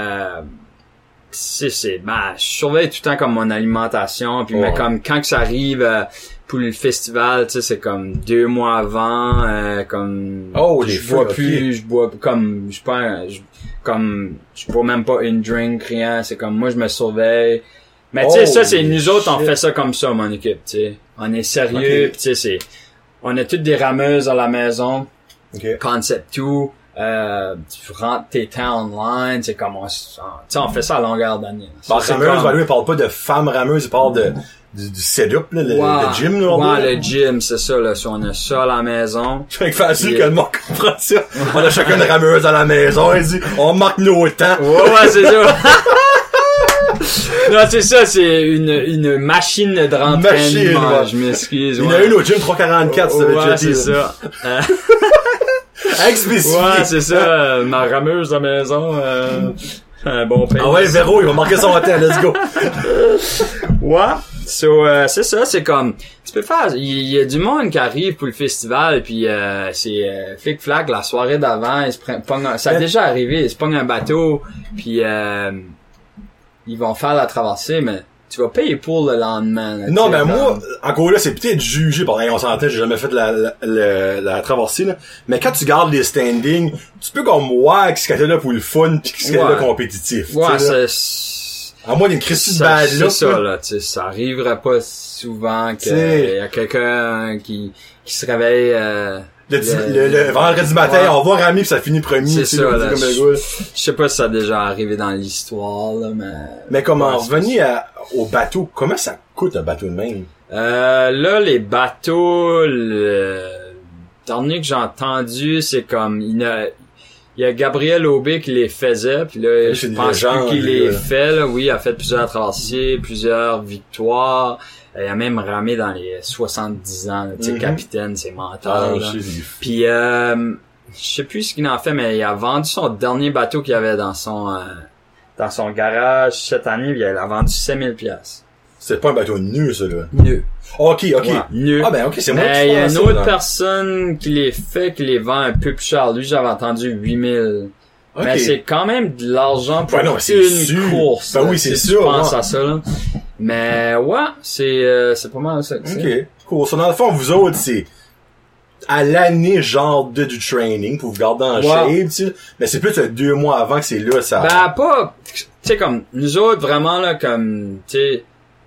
je surveille tout le temps comme mon alimentation, puis mais comme quand que ça arrive pour le festival, tu sais, c'est comme 2 mois avant, comme je bois même pas une drink, rien, c'est comme moi je me surveille. Mais tu sais, ça c'est nous autres on fait ça comme ça, mon équipe, tu sais. On est sérieux, pis tu sais on a toutes des rameuses à la maison. Concept tout. Tu rentres tes temps online, c'est comme on fait ça à longueur d'année. Rameuse, lui, il parle pas de femme rameuse, il parle du setup, là, le gym, là. Ouais, le gym, c'est ça, là. Si on a ça à la maison. C'est facile que le monde comprenne ça. On a chacun une rameuse à la maison, il dit, on marque nos temps. Ouais, c'est ça. Non, c'est ça, c'est une machine de rentraînement. Je m'excuse. Il y en a une au gym 344, ça veut dire. C'est ça. Explicite. Ouais, c'est ça, ma rameuse à la maison, Un bon pays. Ah ouais, Véro, il va marquer son temps, let's go. Ouais. So, c'est ça, c'est comme, tu peux faire, il y a du monde qui arrive pour le festival, puis c'est flic-flac, la soirée d'avant, ils se pognent, ça a déjà arrivé, ils se pognent un bateau, puis ils vont faire la traversée, mais tu vas payer pour le lendemain. Là, non, ben moi, encore là, c'est peut-être jugé, par on s'entend, j'ai jamais fait la traversée, là. Mais quand tu gardes les standings, tu peux comme voir qui serait là pour le fun pis qui serait là compétitif. Ouais, à moins d'une crise de bad là. C'est ça, là, tu sais, ça arriverait pas souvent qu'il y a quelqu'un qui se réveille, le vendredi matin, on va ramer pis ça finit premier. C'est ça, là, je sais pas si ça a déjà arrivé dans l'histoire, là, mais comment revenir au bateau, comment ça coûte un bateau de même? Là, les bateaux, le dernier que j'ai entendu, c'est comme, il y a Gabriel Aubé qui les faisait, puis là, je pense plus qu'il les fait, là. Oui, il a fait plusieurs traversées, plusieurs victoires. Il a même ramé dans les 70 ans, tu sais, capitaine, c'est mental, là. Puis, je sais plus ce qu'il en fait, mais il a vendu son dernier bateau qu'il avait dans son garage cette année, puis il a vendu 5000 pièces. C'est pas un bateau nu, ça, là. Nu. Ok. Ouais, nu. Ah, ben, ok, c'est moi qui mais il y a une autre personne qui les fait, qui les vend un peu plus cher. Lui, j'avais entendu 8000. Okay. Mais c'est quand même de l'argent pour une course. Ben oui, c'est sûr. Je pense à ça, là. Mais, ouais, c'est pas mal ça. Ok. Cool. So, dans le fond, vous autres, c'est à l'année, genre, du training pour vous garder en shape, tu sais. Mais c'est plus 2 mois avant que c'est là, ça. Ben, pas, tu sais, comme, nous autres, vraiment, là, comme, tu sais,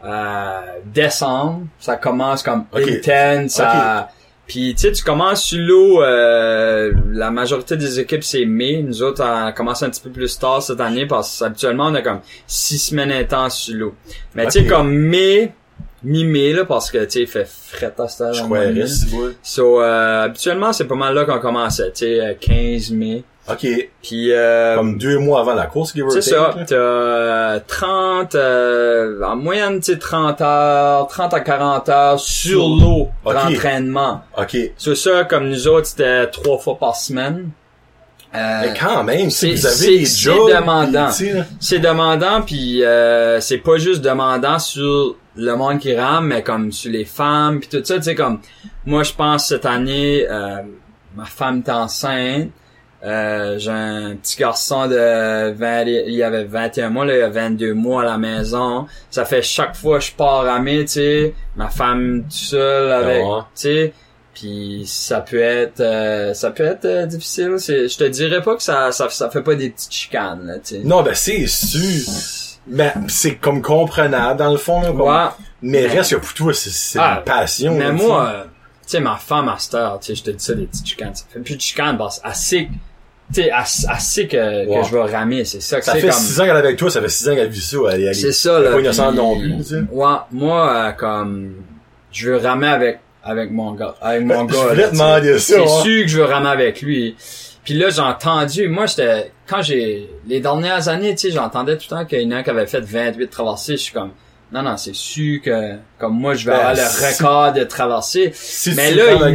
décembre, ça commence comme intense, puis tu sais, tu commences sur l'eau, la majorité des équipes c'est mai, nous autres on a commencé un petit peu plus tard cette année parce qu'habituellement on a comme 6 semaines intenses sur l'eau. Mais tu sais, comme mi-mai là, parce que tu sais il fait fret à cette heure. So habituellement c'est pas mal là qu'on commençait, tu sais 15 mai. OK. Puis comme 2 mois avant la course, give or take. C'est ça. T'as 30 en moyenne, tu sais 30 heures, 30 à 40 heures sur l'eau d'entraînement. OK. C'est ça, comme nous autres, c'était 3 fois par semaine. Mais quand même, si vous avez des jobs, c'est demandant. C'est demandant, puis c'est pas juste demandant sur le monde qui rame, mais comme sur les femmes, puis tout ça, tu sais, comme moi je pense cette année, ma femme est enceinte. J'ai un petit garçon de 20, il avait 21 mois, là, il a 22 mois à la maison. Ça fait chaque fois que je pars ramer, tu sais, ma femme tout seul avec, tu sais, puis ça peut être difficile. Je te dirais pas que ça fait pas des petites chicanes, là, tu sais. Non, ben c'est sûr. Ben c'est comme comprenable dans le fond, là, comme... mais reste que pour toi c'est une passion. Mais là, moi, tu sais, ma femme à cette heure, tu sais, je te dis ça, des petites chicanes, ça fait plus de chicanes parce tu sais, assez que je vais ramer, c'est ça que ça c'est fait comme... 6 ans qu'elle est avec toi, ça fait 6 ans qu'elle vit ça, elle c'est ça, là. Pas innocente non plus, tu sais. Ouais, moi, comme, je veux ramer avec mon gars, je voulais te demander ça, c'est sûr que je veux ramer avec lui. Puis là, j'ai entendu, moi, les dernières années, tu sais, j'entendais tout le temps qu'il y en a un qui avait fait 28 traversées, je suis comme, non, c'est sûr que, comme moi, je vais avoir le record de traversées. Mais là, il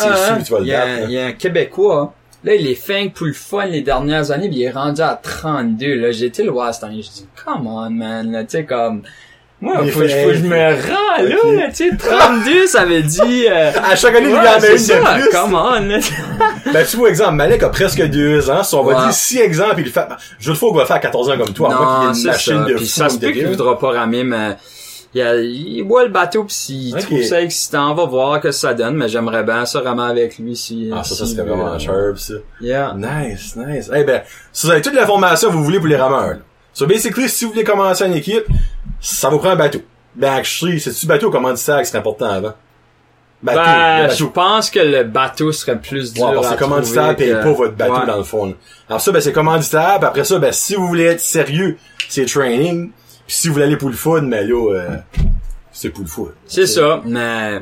y a un Québécois, là, il est fin pour le fun les dernières années, pis il est rendu à 32, là. J'ai été le voir cette année, je dis, come on, man, là, tu sais, comme, moi, faut que je me rends, là, tu sais, 32, ça veut dire, à chaque année, il y en a une de plus. Come on, là. Ben, tu vois, exemple, Malek a presque 2 ans, si on va dire 6 exemples, il fait, je le faut qu'il va faire 14 ans comme toi, non, moi, qu'il y ait une machine de fou. Pis ça se peut qu'il voudra pas ramer, mais, il boit le bateau pis s'il trouve ça excitant, on va voir que ça donne, mais j'aimerais bien ça ramer avec lui si... ça serait vraiment sharp, ça. Yeah. Nice. Eh ben, si vous avez toute l'information que vous voulez pour les rameurs, so basically, si vous voulez commencer une équipe, ça vous prend un bateau. Ben, actually, c'est-tu bateau ou commanditaire qui serait important avant? Bateau. Je pense que le bateau serait plus dur parce que commanditaire paye pas votre bateau dans le fond. Alors ça, ben, c'est commanditaire, pis après ça, ben, si vous voulez être sérieux, c'est training. Pis si vous voulez aller pour le fun, mais là, c'est pour le fun. C'est ça, mais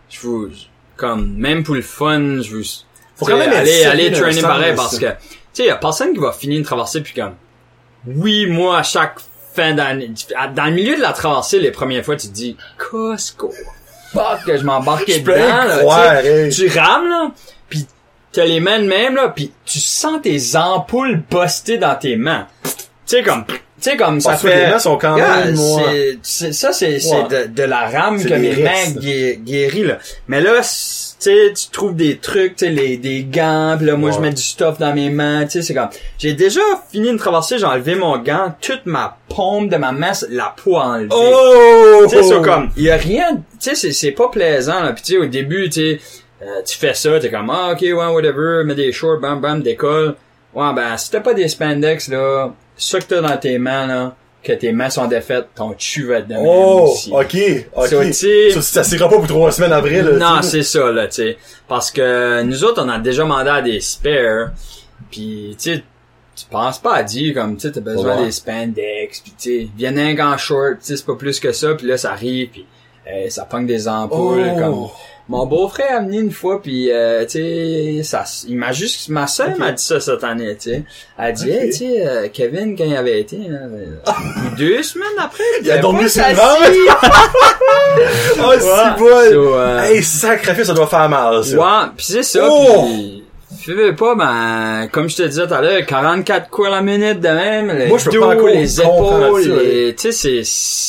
comme même pour le fun, faut quand même aller traîner pareil parce que tu sais, y a personne qui va finir une traversée puis comme oui, moi à chaque fin d'année, dans le milieu de la traversée, les premières fois tu te dis Costco, fuck que je m'embarquais dedans là, tu rames là, puis t'as les mains de même là, puis tu sens tes ampoules bustées dans tes mains. sais, comme ça fait... Les mains sont quand même... c'est de la rame que mes mains guéris, là. Mais là, tu sais, tu trouves des trucs, tu sais, des gants, pis là, moi, je mets du stuff dans mes mains, tu sais, c'est comme... J'ai déjà fini une traversée, j'ai enlevé mon gant, toute ma paume de ma main, la peau enlevée. Oh! Tu sais, c'est comme... Il y a rien... Tu sais, c'est pas plaisant, là. Pis tu sais, au début, tu sais, tu fais ça, t'es comme, ah, ok, ouais, whatever, mets des shorts, bam, bam, décolle. Ouais, ben, si t'as pas des spandex, là, ça que t'as dans tes mains, là, que tes mains sont défaites, ton cul va être de même aussi. Ok. So, ça s'ira pas pour 3 semaines après, là. Non, c'est ça, là, tu sais. Parce que nous autres, on a déjà demandé à des spares, pis tu sais, tu penses pas à dire, comme, tu sais, t'as besoin des spandex, pis tu sais, viens un gant short, tu sais, c'est pas plus que ça, pis là, ça arrive, pis ça pogne des ampoules, comme... Mon beau-frère a venu une fois, puis tu sais, ma sœur m'a dit ça cette année, tu sais. Elle a dit, hey, tu sais, Kevin, quand il avait été, là, 2 semaines après, il a dormi sur le ventre. Oh, c'est bon. Hey, sacrifice, ça doit faire mal, ça. Ouais, pis c'est ça, pis... Tu veux pas, ben, comme je te disais tout à l'heure, 44 coups à la minute de même, moi, je peux pas les épaules, tu sais,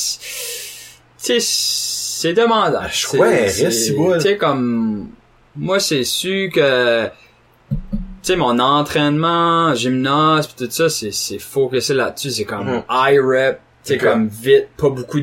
c'est demandant. Tu sais, comme, moi, c'est sûr que, tu sais, mon entraînement, gymnase, pis tout ça, c'est focusé là-dessus, c'est comme high rep, tu sais, comme vite, pas beaucoup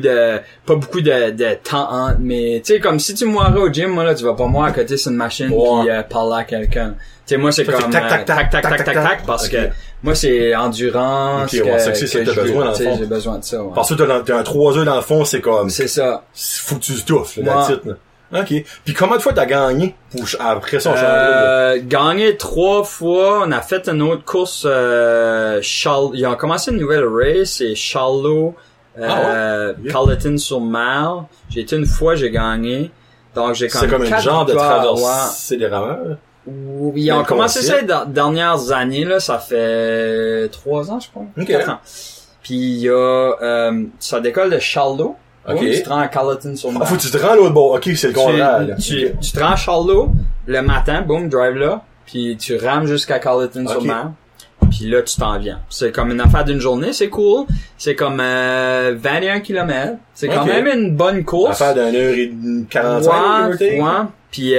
de temps entre, mais, tu sais, comme si tu moirais au gym, moi, là, tu vas pas moi à côté sur une machine pis parler à quelqu'un. Tu sais, moi, c'est comme, tac, parce que, moi, c'est endurance. Ok, ouais, c'est que t'as besoin, dans le fond. J'ai besoin de ça, ouais. Parce que t'as un 3 heures dans le fond, c'est comme... C'est ça. Faut que tu te touffes, là, that's it, là. Ok. Puis combien de fois t'as gagné après ça, on change gagné 3 fois. On a fait une autre course, ils ont commencé une nouvelle race, c'est Charlot, Carleton-sur-Mer. J'ai été une fois, j'ai gagné. Donc, j'ai quand même c'est comme un genre de traversée des rameurs. Oui, ils ont commencé ça les dernières années, là. Ça fait 3 ans, je crois. 4 ans. Puis il y a, ça décolle de Charlot. Okay. Tu te rends à Carleton-sur-Mer. Faut que tu te rends l'autre bord. Ok, c'est le contraire. Tu te rends à Charlot le matin, boum, drive là, puis tu rames jusqu'à Carleton-sur-Mer. Puis là, tu t'en viens. C'est comme une affaire d'une journée, c'est cool. C'est comme 21 km. C'est quand même une bonne course. Affaire d'1h45. Ouais. Puis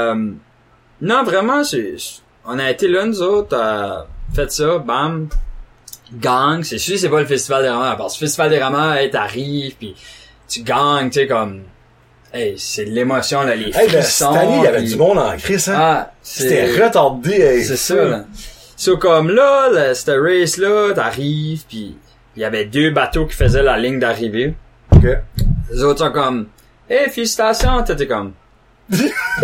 non, vraiment, on a été là, nous autres, fait ça, bam, gang. C'est sûr, c'est pas le Festival des rameurs. Parce que le Festival des rameurs, hey, t'arrives, puis tu gagnes, tu sais, comme... Hey, c'est de l'émotion, là, les frissons. Cette année, il y avait du monde en crise, hein. Ah, c'était retardé, hey. C'est ça, là. So, comme là, cette race-là, t'arrives, puis il y avait 2 bateaux qui faisaient la ligne d'arrivée. OK. Les autres sont comme, hey, félicitations, t'étais comme... OK,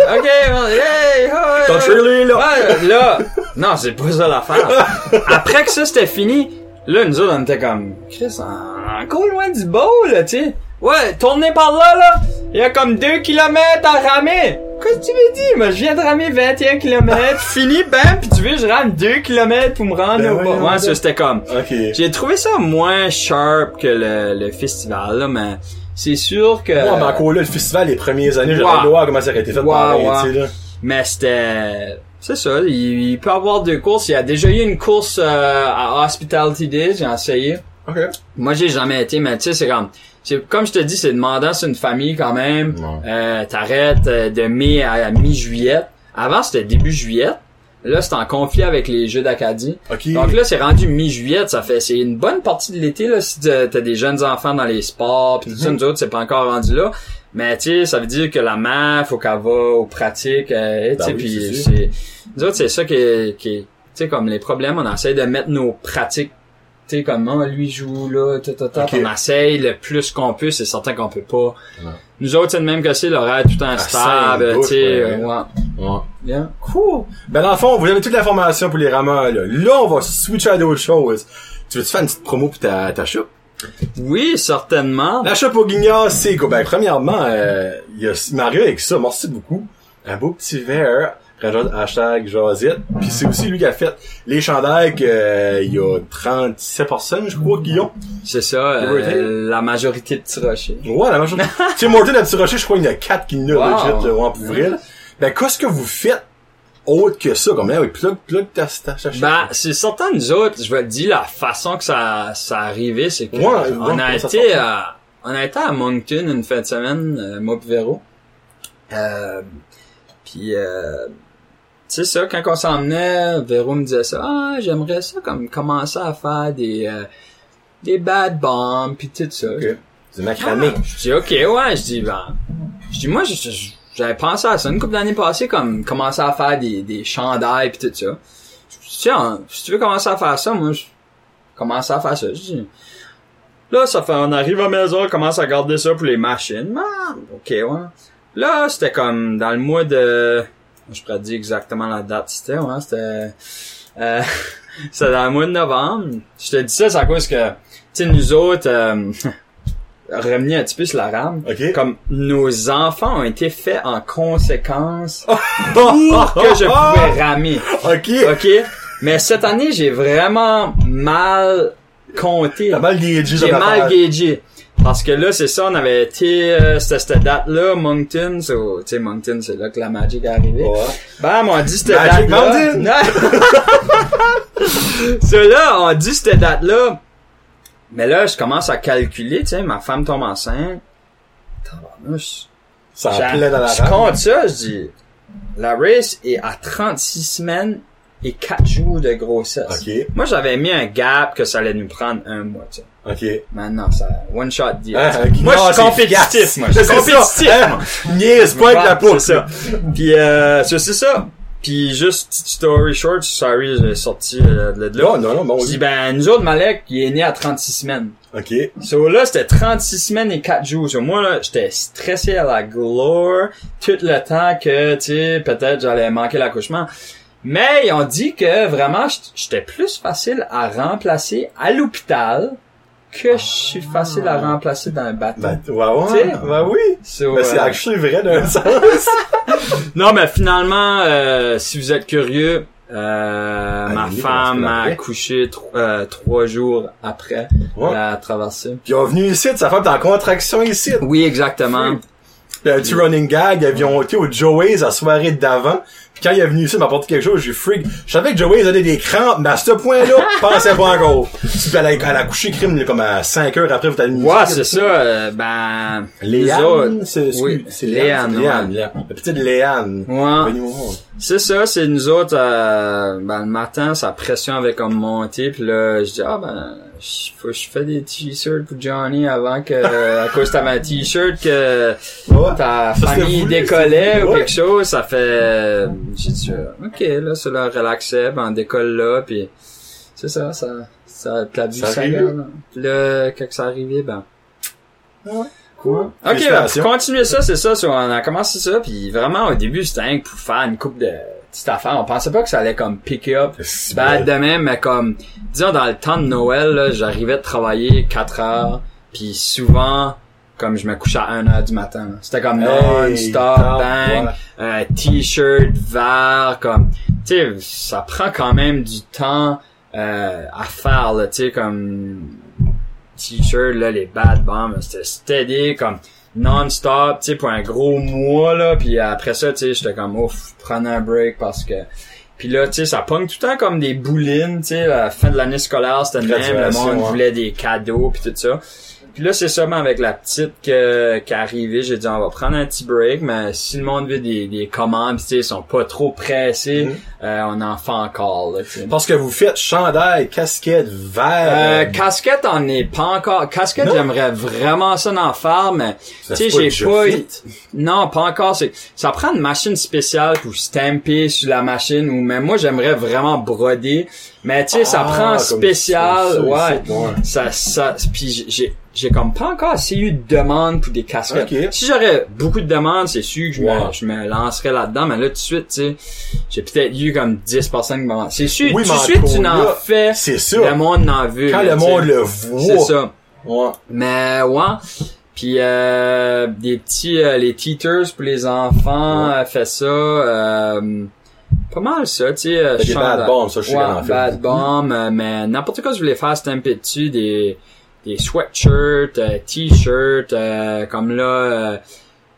hey, ton trailer, là. Ouais, là. Non, c'est pas ça l'affaire. Après que ça, c'était fini, là, nous autres, on était comme, Chris, encore loin du beau, là, tu sais. Ouais, tournez par là. Il y a comme 2 kilomètres à ramer. Qu'est-ce que tu me dis? Moi, je viens de ramer 21 kilomètres. Fini, bam, pis tu veux, je rame 2 kilomètres pour me rendre au bas. Ouais, ça, c'était comme. Okay. J'ai trouvé ça moins sharp que le festival, là, mais c'est sûr que... Moi, ben, encore là, le festival, les premières années, j'aurais de voir comment ça aurait été fait par tu sais, là. Mais c'était... C'est ça, il peut y avoir 2 courses. Il y a déjà eu une course à Hospitality Days, j'ai essayé. OK. Moi, j'ai jamais été, mais tu sais, comme je te dis, c'est demandant, c'est une famille quand même. T'arrêtes de mai à mi-juillet. Avant, c'était début juillet. Là, c'est en conflit avec les Jeux d'Acadie. Okay. Donc là, c'est rendu mi-juillet. C'est une bonne partie de l'été, là, si t'as des jeunes enfants dans les sports, pis tout ça, nous autres, c'est pas encore rendu là. Mais, tu sais, ça veut dire que la mère, faut qu'elle va aux pratiques, tu sais, pis nous autres, c'est ça qui tu sais, comme les problèmes, on essaie de mettre nos pratiques, tu sais, comment lui joue là, on essaye le plus qu'on peut, c'est certain qu'on peut pas. Ouais. Nous autres, c'est le même que c'est l'horaire tout instable, tu sais, ouais. Yeah. Cool. Ben, dans le fond, vous avez toute l'information pour les rameurs, là. Là, on va switcher à d'autres choses. Tu veux-tu faire une petite promo pour ta shop? Oui, certainement. La shop au Guignard, c'est quoi? Ben, premièrement, il y a Mario avec ça, merci beaucoup. Un beau petit verre. Hashtag Josette. Puis c'est aussi lui qui a fait les chandails que il y a 37 personnes, je crois, Guillaume. C'est ça, la majorité de Petit Rocher. Ouais, la majorité. Tu sais, Morton à Petit Rocher, je crois qu'il y en a 4 qui n'ont legit, pour vrai. Ben, qu'est-ce que vous faites autre que ça, comme là, oui, plug ta chaîne. Ben, c'est certain, nous autres, je vais te dire, la façon que ça arrivait, c'est que on a été à Moncton une fin de semaine, moi pis Véro. Puis tu sais ça, quand on s'emmenait, Véro me disait ça, j'aimerais ça comme commencer à faire des bad bombs pis tout ça. Okay. Du macramé. Je dis ok, ouais, je dis moi j'avais pensé à ça une couple d'années passées, comme commencer à faire des chandails pis tout ça. Tiens, si tu veux commencer à faire ça, moi je commence à faire ça. Je dis, là, ça fait, on arrive à la maison, on commence à garder ça pour les machines. Ok, ouais. Là, c'était comme dans le mois de, je pourrais te dire exactement la date, c'était dans le mois de novembre. Je te dis ça, c'est à cause que, tu sais, nous autres, revenir un petit peu sur la rame. Okay. Comme nos enfants ont été faits en conséquence pour que je pouvais ramer. OK? Mais cette année, j'ai vraiment mal compté. T'as mal gagé. J'ai mal gagé. Parce que là, c'est ça, on avait été, c'était cette date-là, Moncton, tu sais, Moncton, c'est là que la Magic est arrivée. Ouais. Bam, on dit cette date-là. Là, on dit cette date-là. Mais là, je commence à calculer, tu sais, ma femme tombe enceinte. Ça a plein dans la je compte ça, je dis, la race est à 36 semaines et 4 jours de grossesse. Okay. Moi, j'avais mis un gap que ça allait nous prendre un mois, tu sais. OK. Maintenant, ça, one shot deal. Okay. Moi, je suis compétitif, moi. Je suis compétitif. Niaise pas avec la peau. C'est ça. Puis, c'est ça. Puis juste story short, sorry, j'ai sorti de là. Non, bon. Je dis, nous autres, Malek, il est né à 36 semaines. OK. So là, c'était 36 semaines et 4 jours. So moi, là, j'étais stressé à la gloire tout le temps que, tu sais, peut-être j'allais manquer l'accouchement. Mais ils ont dit que vraiment, j'étais plus facile à remplacer à l'hôpital que je suis facile à remplacer dans un bateau. Oui. So, c'est actually vrai d'un sens. Non, mais finalement, si vous êtes curieux, ma femme a accouché 3 jours après la traversée. Puis ils ont venu ici, sa femme est en contraction ici. Oui, exactement. Puis un petit running gag, ils ont été au Joey's à la soirée d'avant. Puis quand il est venu ici, il m'a apporté quelque chose, j'ai freak. Je savais que Joey's avait des crampes, mais à ce point-là, je pensais pas encore. Puis elle a couché crime comme à 5 heures après, vous t'avez mis. Ouais, c'est ça, Léane, c'est Léane. La petite Léane. Ouais. C'est ça, c'est nous autres, le matin, sa pression avait comme monté, puis là, je dis, faut que je fais des t-shirts pour Johnny avant que, à cause t'avais un t-shirt que ta famille décollait ou quelque chose, ça fait, j'ai dit, ok, là, ça leur relaxait, on décolle là, puis c'est ça, t'as vu ça, là. Puis là, quand ça arrivait, ouais. Cool. Ok, pour continuer ça, c'est ça, on a commencé ça, puis vraiment, au début, c'était rien que pour faire une coupe de petite affaire. On pensait pas que ça allait comme pick up bad de même, mais comme, disons, dans le temps de Noël, là, j'arrivais de travailler 4 heures, puis souvent, comme je me couchais à 1 heure du matin. Là. C'était comme non-stop, bang, t-shirt, vert, comme, tu sais, ça prend quand même du temps à faire, là, tu sais, comme t-shirt, là, les bad bombs, c'était steady, comme non-stop, tu sais, pour un gros mois, là, puis après ça, tu sais, j'étais comme, prendre un break parce que, puis là, tu sais, ça pogne tout le temps comme des boulines, tu sais, à la fin de l'année scolaire, c'était le même, le monde voulait des cadeaux puis tout ça. Puis là, c'est seulement avec la petite qui est arrivée, j'ai dit, on va prendre un petit break, mais si le monde veut des commandes, tu sais, ils sont pas trop pressés, on en fait encore, là, tu sais. Parce que vous faites chandail, casquette, verre. Casquette, on n'est pas encore. Casquette, j'aimerais vraiment ça d'en faire, mais, tu sais, j'ai pas... Non, pas encore. Ça prend une machine spéciale pour stamper sur la machine, ou même moi, j'aimerais vraiment broder. Mais, tu sais, ça prend spécial, puis j'ai comme pas encore assez eu de demandes pour des casquettes. Okay. Si j'aurais beaucoup de demandes, c'est sûr que je me lancerais là-dedans, mais là, tout de suite, tu sais, j'ai peut-être eu comme 10 personnes qui m'ont... C'est sûr, tout de suite, tu n'en fais, c'est ça. Le monde n'en veut. Quand le monde le voit. C'est ça. Ouais. Mais, puis des petits, les teeters pour les enfants, fait ça, pas mal ça, tu sais. Des bad bombs, ça, je suis en fait. Bad bombs, mais n'importe quoi, je voulais faire stamper dessus, des sweatshirts, t-shirts, comme là,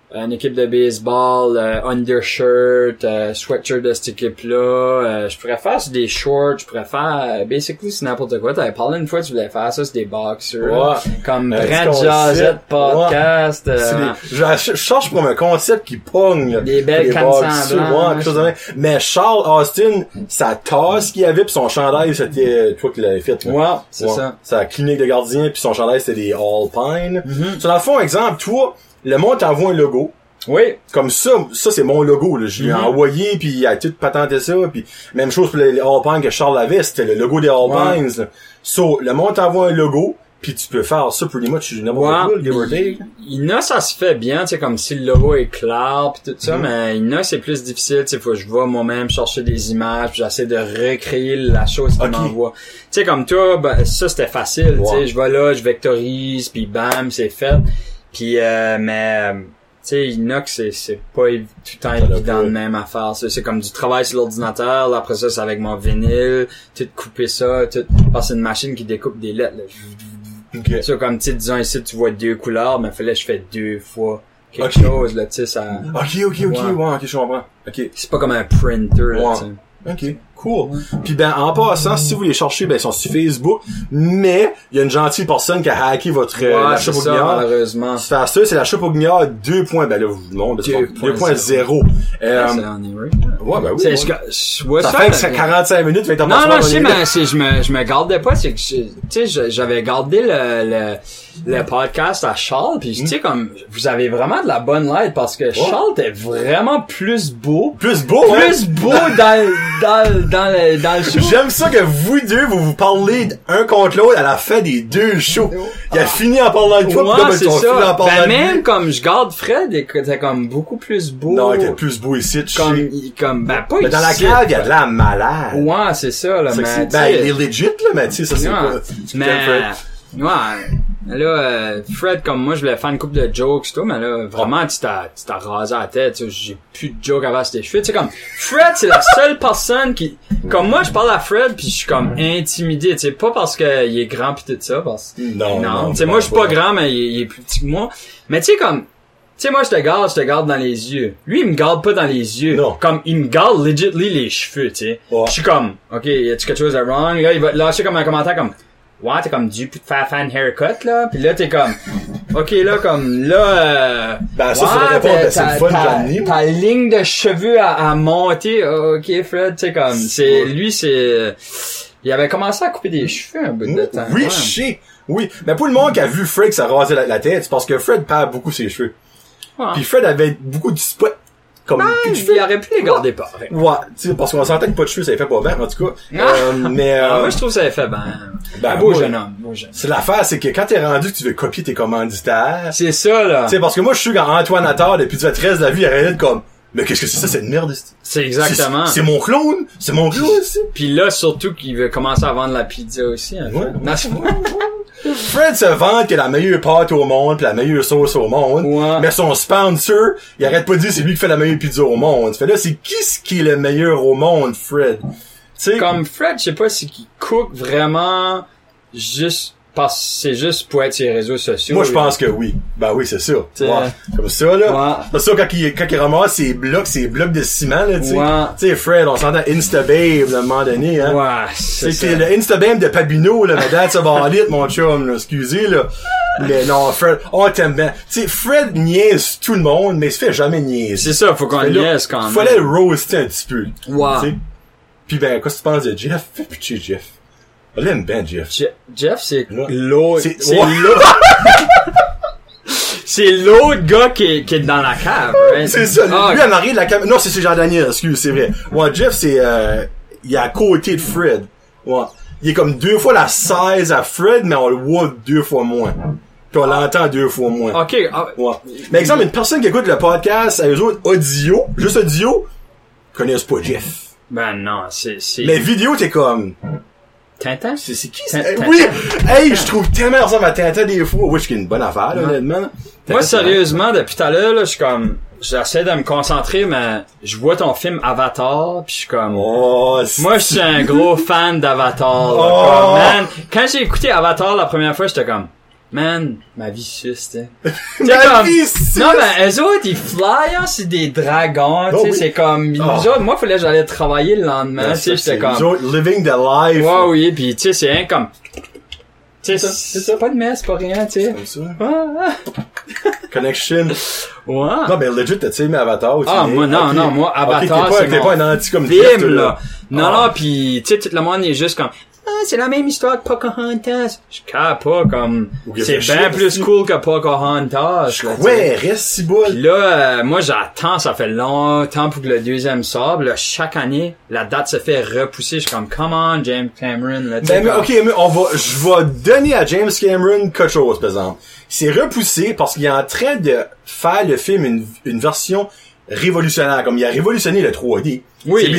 une équipe de baseball, undershirt, sweatshirt de cette équipe-là. Je pourrais faire des shorts, je pourrais faire basically c'est n'importe quoi. T'avais parlé une fois tu voulais faire ça, c'est des boxers. Ouais. Comme Brand Jazette podcast. Je cherche pour un concept qui pogne. Des belles cannes quelque chose de même. Mais Charles Austin, sa tasse qu'il avait pis son chandail c'était toi qui l'avais fait. Ouais, c'est ça. Sa clinique de gardien puis son chandail c'était des Alpine. Sur dans le fond, exemple, toi, le monde t'envoie un logo. Oui. Comme ça c'est mon logo, là. Je lui ai envoyé, puis il a tout patenté ça, puis même chose pour les Alpines que Charles avait, c'était le logo des Alpines, là. So, le monde t'envoie un logo, puis tu peux faire ça pretty much n'importe quoi, give or take. Il y en a, ça se fait bien, tu sais, comme si le logo est clair pis tout ça, mais il y en a, c'est plus difficile, tu sais, faut que je vais moi-même chercher des images, pis j'essaie de recréer la chose qu'il m'envoie. Tu sais, comme toi, ben, ça c'était facile, tu sais, je vais là, je vectorise, puis bam, c'est fait. Puis mais tu sais, il y en a que c'est pas tout le temps évident de même à faire. C'est comme du travail sur l'ordinateur, là, après ça c'est avec mon vinyle, tout couper ça, tout passer une machine qui découpe des lettres. Là. Okay. Ça comme tu sais, disons ici tu vois 2 couleurs, mais fallait que je fais 2 fois quelque chose là, tu sais ça. Ok, je comprends. Ok. C'est pas comme un printer là, tu sais. Ok, cool. Puis ben en passant, si vous les cherchez, ben ils sont sur Facebook, mais il y a une gentille personne qui a hacké votre la shop au guignard. Malheureusement. C'est ça, c'est la shop au guignard 2. Ben là, non, 2.0. Ouais, ben oui. Ça fait 45 minutes, 20 ans. Non, je sais, mais je me gardais pas, c'est que tu sais, j'avais gardé le podcast à Charles, puis tu sais comme vous avez vraiment de la bonne light parce que Charles était vraiment plus beau dans le show. J'aime ça que vous deux vous parlez un contre l'autre à la fin des 2 shows. Il a fini en parlant de toi, puis c'est ça. Ben même comme je garde Fred, il était comme beaucoup plus beau. Non, il était plus beau ici, comme ben pas mais dans la cave, il y a de la malade. Ouais, c'est ça là, mais ben il est legit là, mais tu sais ça c'est pas. Mais là, Fred, comme moi, je voulais faire une couple de jokes, tout, mais là, vraiment, tu t'as rasé la tête, tu sais, j'ai plus de jokes avant tes cheveux. Tu sais, comme, Fred, c'est la seule personne qui, comme moi, je parle à Fred pis je suis comme intimidé, tu sais, pas parce qu'il est grand pis tout ça, parce que, non, tu sais, moi, je suis pas grand, mais il est plus petit que moi. Mais tu sais, comme, tu sais, moi, je te garde dans les yeux. Lui, il me garde pas dans les yeux. Non. Comme, il me garde legitly les cheveux, tu sais. Je suis comme, ok, y a-tu quelque chose de wrong? Là, il va lâcher comme un commentaire comme, ouais, t'es comme dû pour te faire un haircut, là. Pis là, t'es comme, ok, là, comme, là, ben, ça, c'est la réponse, c'est le fun, Johnny. Ta ligne de cheveux à monter, ok, Fred, tu sais, comme, il avait commencé à couper des cheveux un bout de temps. Oui, je sais. Oui. Mais pour le monde qui a vu Fred ça rasait la tête, c'est parce que Fred perd beaucoup ses cheveux. Ouais. Puis Fred avait beaucoup de spots. Comme il aurait pu les garder pas. Ouais, tu sais, parce qu'on sentait que pas de cheveux, ça avait fait pas bien, en tout cas. Mais moi, je trouve que ça avait fait un beau jeune homme. C'est l'affaire, c'est que quand t'es rendu que tu veux copier tes commanditaires. C'est ça, là. Tu sais, parce que moi, je suis quand Antoine Attard, depuis 13 de la vie, il arrêtait de comme, mais qu'est-ce que c'est ça, cette merde? C'est exactement. C'est mon clone. C'est mon clone aussi. Puis là, surtout qu'il veut commencer à vendre la pizza aussi, en fait. Fred se vante qu'il a la meilleure pâte au monde pis la meilleure sauce au monde. Mais son sponsor, il arrête pas de dire c'est lui qui fait la meilleure pizza au monde. Fait là, c'est qui est le meilleur au monde, Fred? T'sais, comme Fred, je sais pas si qu'il cook vraiment juste parce que c'est juste pour être sur les réseaux sociaux. Moi, je pense que oui. Ben oui, c'est ça. Ouais. Comme ça, là. C'est ça, quand il ramasse ses blocs de ciment, là, tu sais. Tu sais, Fred, on s'entend Instababe, à un moment donné, hein. Ouais, c'est le Instababe de Pabino, là, mais that's about it, mon chum, là. Excusez, là. Mais non, Fred, on t'aime bien. Tu sais, Fred niaise tout le monde, mais il se fait jamais niaiser. C'est ça, faut qu'on niaise quand même. Fallait le roaster un petit peu. Ouais. Puis ben, qu'est-ce que tu penses de Jeff? Fais pitié, Jeff. On l'aime bien, Jeff. Jeff, c'est l'autre. C'est l'autre. C'est l'autre gars qui est dans la cave. Right? C'est ça. Lui, en arrière de la cave. Non, c'est Jean-Daniel, excuse, c'est vrai. Ouais, Jeff, c'est, il est à côté de Fred. Ouais. Il est comme 2 fois la size à Fred, mais on le voit 2 fois moins. Puis on l'entend 2 fois moins. Ok. Ouais. Mais exemple, une personne qui écoute le podcast, eux autres, juste audio, connaissent pas Jeff. Ben non, c'est... Mais vidéo, t'es comme... Tintin? C'est qui ça? Oui! Hey, je trouve tellement ressemble à Tintin des fois. Oui, c'est une bonne affaire, là, honnêtement. Moi, sérieusement, depuis tout à l'heure, là, je suis comme, j'essaie de me concentrer, mais je vois ton film Avatar, pis je suis comme, moi, je suis un gros fan d'Avatar, là. Man, quand j'ai écouté Avatar la première fois, j'étais comme, Man, ma vie suce, t'sais. Ma vie suce! Non, mais eux autres, ils fly, hein, c'est des dragons, tu sais, c'est comme, eux autres, moi, fallait que j'allais travailler le lendemain, tu sais, j'étais comme... Eux autres, living the life. Ouais, oui, pis tu sais, c'est rien comme... Tu sais, c'est pas de messe, pas rien, tu sais. Comme ça. Connection. Ouais. Non, ben, legit, t'as-tu aimé Avatar aussi? Ah, moi, non, moi, Avatar, c'est t'es pas un anti comme film, là. Non, pis tu sais, tout le monde est juste comme... Ah, c'est la même histoire que Pocahontas. Je capte pas comme... C'est bien plus cool que Pocahontas. Ouais, reste si beau. Pis là, moi j'attends, ça fait longtemps pour que le deuxième sorte. Là, chaque année, la date se fait repousser. Je suis comme, come on, James Cameron. Là, ben, mais, ok, mais je vais donner à James Cameron quelque chose, par exemple. C'est repoussé parce qu'il est en train de faire le film une version révolutionnaire, comme il a révolutionné le 3D. Oui,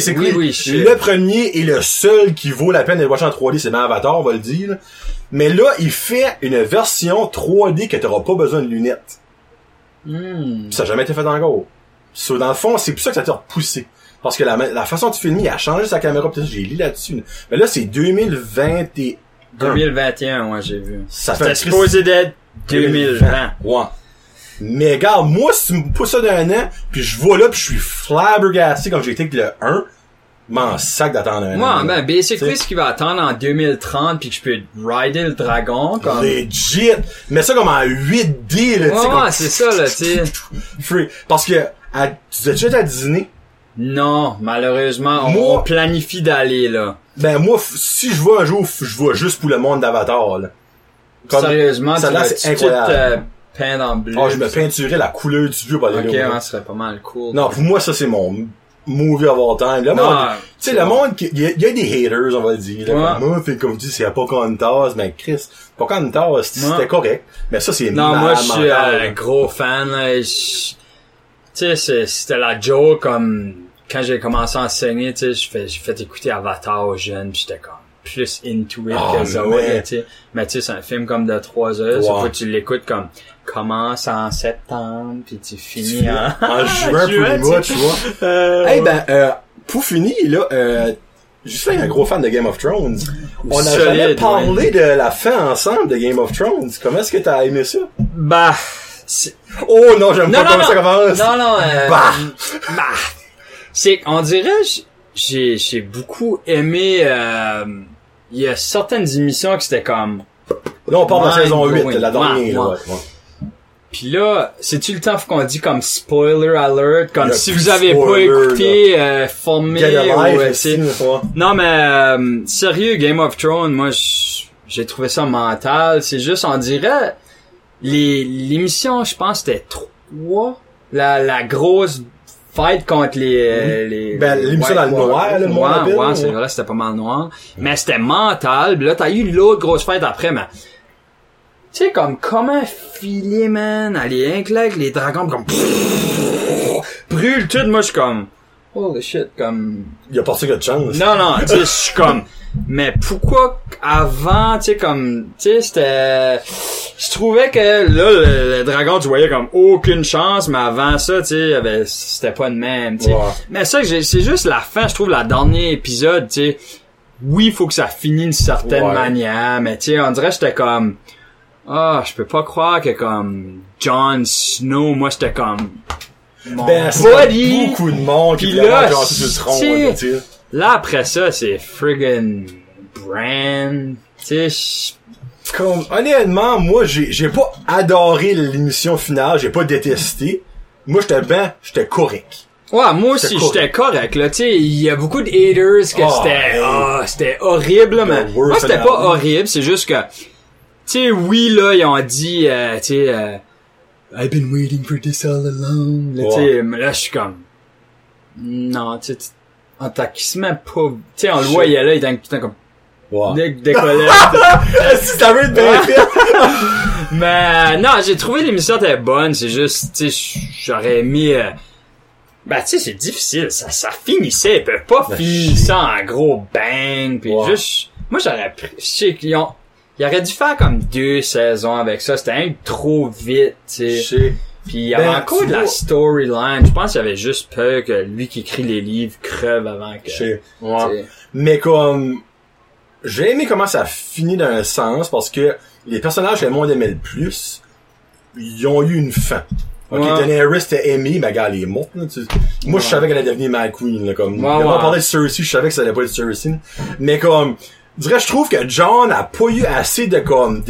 le premier et le seul qui vaut la peine de watcher en 3D, c'est bien Avatar, on va le dire. Là. Mais là, il fait une version 3D que t'auras pas besoin de lunettes. Ça n'a jamais été fait encore. So, dans le fond, c'est pour ça que ça t'a repoussé. Parce que la façon de filmer, il a changé sa caméra, peut-être j'ai lu là-dessus. Mais là, c'est 2021. 2021, ouais, j'ai vu. C'était supposé d'être 2020. Ouais. Mais regarde, moi, si tu me pousses ça d'un an, puis je vois là, puis je suis flabbergasté comme j'ai été avec le 1, m'en sac d'attendre un an. Ouais, ben, basically, ce qu'il va attendre en 2030 puis que je peux rider le dragon, comme... Legit! Mais ça comme en 8D, là, tu sais. Ouais, c'est ça, là, tu sais. Free. Parce que, tu as déjà été à Disney? Non, malheureusement, on planifie d'aller, là. Ben, moi, si je vais un jour, je vais juste pour le monde d'Avatar, là. Comme, sérieusement, ça là, c'est incroyable. Peint en bleu. Oh, je me peinturais la couleur du vieux pour aller là. Ok, ouais, ce serait pas mal cool. Non, pour moi, ça, c'est mon movie of all time. Le monde, tu sais, le monde, il y a des haters, on va le dire. Là, comme moi, comme tu dis, c'est Pocahontas, mais Chris, Pocahontas, c'était correct. Mais ça, c'est non, moi, je suis un gros fan, là. Tu sais, c'était la joke, comme, quand j'ai commencé à enseigner, tu sais, j'ai fait écouter Avatar aux jeunes, pis j'étais comme, plus into it que ça, tu sais. Mais tu sais, c'est un film comme de 3 heures, c'est faut que tu l'écoutes comme, commence en septembre puis tu finis en juin pour moi, tu vois. Hey ben pour finir là Justin est un gros fan de Game of Thrones. On a jamais parlé de la fin ensemble de Game of Thrones. Comment est-ce que t'as aimé ça? Bah oh non, j'aime pas comment ça commence. Non c'est on dirait j'ai beaucoup aimé il y a certaines émissions que c'était comme là on part de la saison 8, la dernière. Pis là, c'est-tu le temps qu'on dit comme spoiler alert, comme si vous avez pas écouté, formé ou non mais sérieux, Game of Thrones, moi j'ai trouvé ça mental. C'est juste, on dirait l'émission, je pense c'était 3, la grosse fight contre les ben l'émission dans le noir, le ouais, c'est vrai, c'était pas mal noir, mais c'était mental. Pis là t'as eu l'autre grosse fight après, mais tu sais, comme, comment filer, man, aller avec les dragons, comme, brûle tout, moi, je suis comme, holy shit, comme... Il a pas ça que de chance. Non, tu sais, je suis comme, mais pourquoi avant, tu sais, comme, tu sais, c'était, je trouvais que, là, le dragon, tu voyais comme aucune chance, mais avant ça, tu sais, c'était pas de même, tu sais. Ouais. Mais ça, c'est juste la fin, je trouve, la dernier épisode, tu sais, oui, il faut que ça finisse d'une certaine manière, mais tu sais, on dirait que j'étais comme, je peux pas croire que comme Jon Snow, moi j'étais comme mon buddy. Beaucoup de monde qui là, le là après ça c'est friggin' Bran, tu sais. Comme honnêtement, moi j'ai pas adoré l'émission finale, j'ai pas détesté. Moi j'étais correct. Ouais, moi aussi j'étais correct là, tu sais, il y a beaucoup de haters que c'était horrible, mais moi c'était pas horrible, c'est juste que tu sais, oui, là, ils ont dit, tu sais, I've been waiting for this all along. Tu sais, mais là, je suis comme, non, tu sais, en tant qu'il se met pas, tu sais, on le voyait là, il était comme, décollé. Si ça veut être bien fait. Mais, non, j'ai trouvé l'émission était bonne, c'est juste, tu sais, j'aurais mis, ben, tu sais, c'est difficile, ça finissait, ils peuvent pas finir ça en gros bang, pis juste, moi, j'aurais pris, je sais qu'ils ont, il aurait dû faire comme 2 saisons avec ça. C'était un peu trop vite, tu sais. Puis il y avait encore de la storyline. Je pense qu'il avait juste peur que lui qui écrit les livres crève avant que... Mais comme... j'ai aimé comment ça finit dans un sens parce que les personnages que le monde aimait le plus, ils ont eu une fin. Ok, Daenerys était aimée, mais gars, elle est morte, là, moi, je savais qu'elle allait devenir Mad Queen, là, comme, quand on parlait de Cersei, je savais que ça allait pas être Cersei, là. Mais comme, je trouve que Jon a pas eu assez de comme,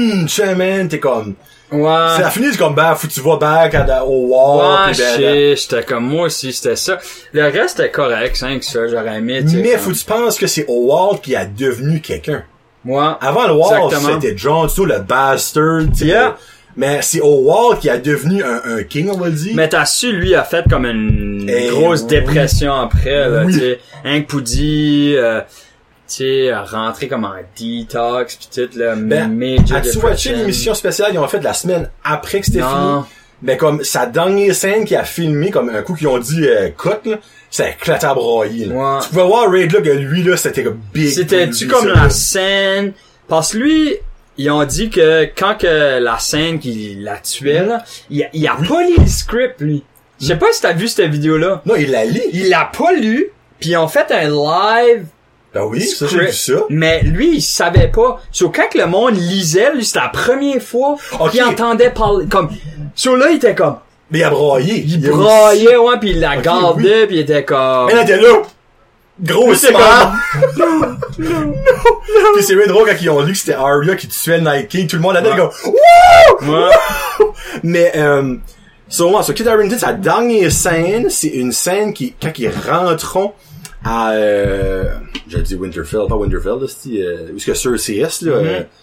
man, t'es comme, ça a fini comme, faut que tu vas back au wall, j'étais comme, moi aussi, c'était ça. Le reste était correct, c'est que ça, j'aurais aimé, mais faut que tu penses que c'est au wall qui a devenu quelqu'un. Avant le wall, c'était Jon Snow, le bastard, tu sais. Mais c'est Howard qui a devenu un king, on va le dire. Mais t'as su, lui, a fait comme une grosse dépression après, là, tu sais. Hank Pudi, tu sais, a rentré comme en detox, pis tout, là, major as-tu watché l'émission spéciale qu'ils ont fait la semaine après que c'était fini? Ben, comme, sa dernière scène qu'il a filmé, comme un coup qu'ils ont dit, cut, là, ça éclaté à broyer, là. Tu pouvais voir Ray, là, que lui, là, c'était comme big. C'était-tu comme la scène? Parce que lui, ils ont dit que quand que la scène qui la tuait, là, il a pas lu le script, lui. Je sais pas si t'as vu cette vidéo-là. Non, il l'a lu. Il l'a pas lu, puis ils ont fait un live. Ben oui, ça, j'ai vu ça. Mais lui, il savait pas. Quand que le monde lisait, lui, c'était la première fois qu'il entendait parler, comme, là, il était comme. Mais il a braillé. Il braillait, ouais, pis il la gardait, pis il était comme. Mais là, t'es là. Gros smart. Non. Pis c'est bien drôle quand ils ont lu que c'était Arya qui tuait le Night King, tout le monde là-dedans comme wouh! Mais sur Kit Harington, sa dernière scène, c'est une scène qui quand ils rentreront à j'ai dit Winterfell, pas Winterfell, là, c'est où est-ce que Cersei est là,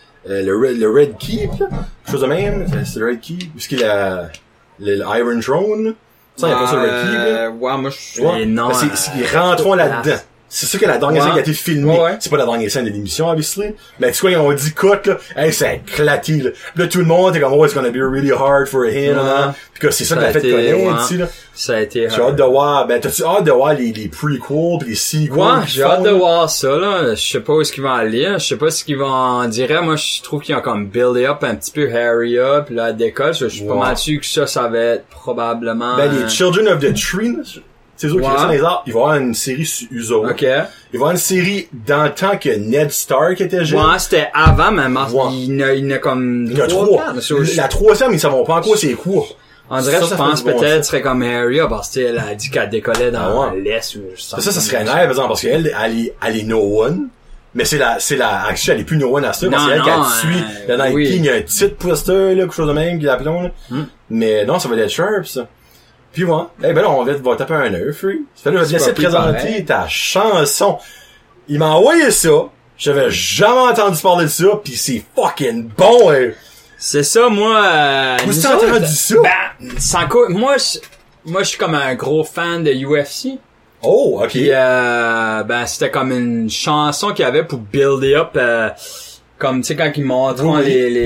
le Red Keep, là, chose de même, c'est le Red Keep, où est-ce qu'il a le Iron Throne, là. Ça, il y a pas ça le Red Keep, là. Ouais, moi, non. Ils rentreront là-dedans. C'est sûr que la dernière scène qui a été filmée. C'est pas la dernière scène de l'émission, obviously. Mais tu vois, ils ont dit cut, là. Hey, ça a éclaté, là. Là, tout le monde est comme, it's gonna be really hard for him, là. Puis que c'est ça qui a fait connaître, ici, là. Ça a été j'ai hâte de voir, t'as-tu hâte de voir les prequels pis les sequels? Ouais, j'ai hâte de voir ça, là. Je sais pas où est-ce qu'ils vont aller, je sais pas ce qu'ils vont en dire. Moi, je trouve qu'ils ont comme build up un petit peu Harry up, là, d'école. Je suis pas mal sûr que ça va être probablement... les Children of the Tree, c'est eux qui restent dans les arbres. Il va y avoir une série sur Uzo. OK. Il va y avoir une série dans le temps que Ned Stark était jeune. Ouais, c'était avant, mais il y en a comme... Il y en a 3. La troisième, ils savent pas encore c'est quoi. On dirait, je pense peut-être serait comme Harry, parce qu'elle a dit qu'elle décollait dans l'Est. Ça serait nice, par exemple, parce qu'elle, elle est no one. Mais actually, elle est plus no one à ça, parce qu'elle, quand elle suit le Night King, il y a un petit poster, là, quelque chose de même, qui l'appelons, là. Mais non, ça va être sharp, ça. Puis voilà. Ben là, on va taper un œuf, Free. Ça fait là, je vais te laisser présenter ta chanson. Il m'a envoyé ça. J'avais jamais entendu parler de ça, pis c'est fucking bon, C'est ça, moi, Où t'as entendu ça? Sans quoi, moi, je suis comme un gros fan de UFC. Oh, ok. Pis, c'était comme une chanson qu'il y avait pour build up, comme, tu sais, quand ils montrent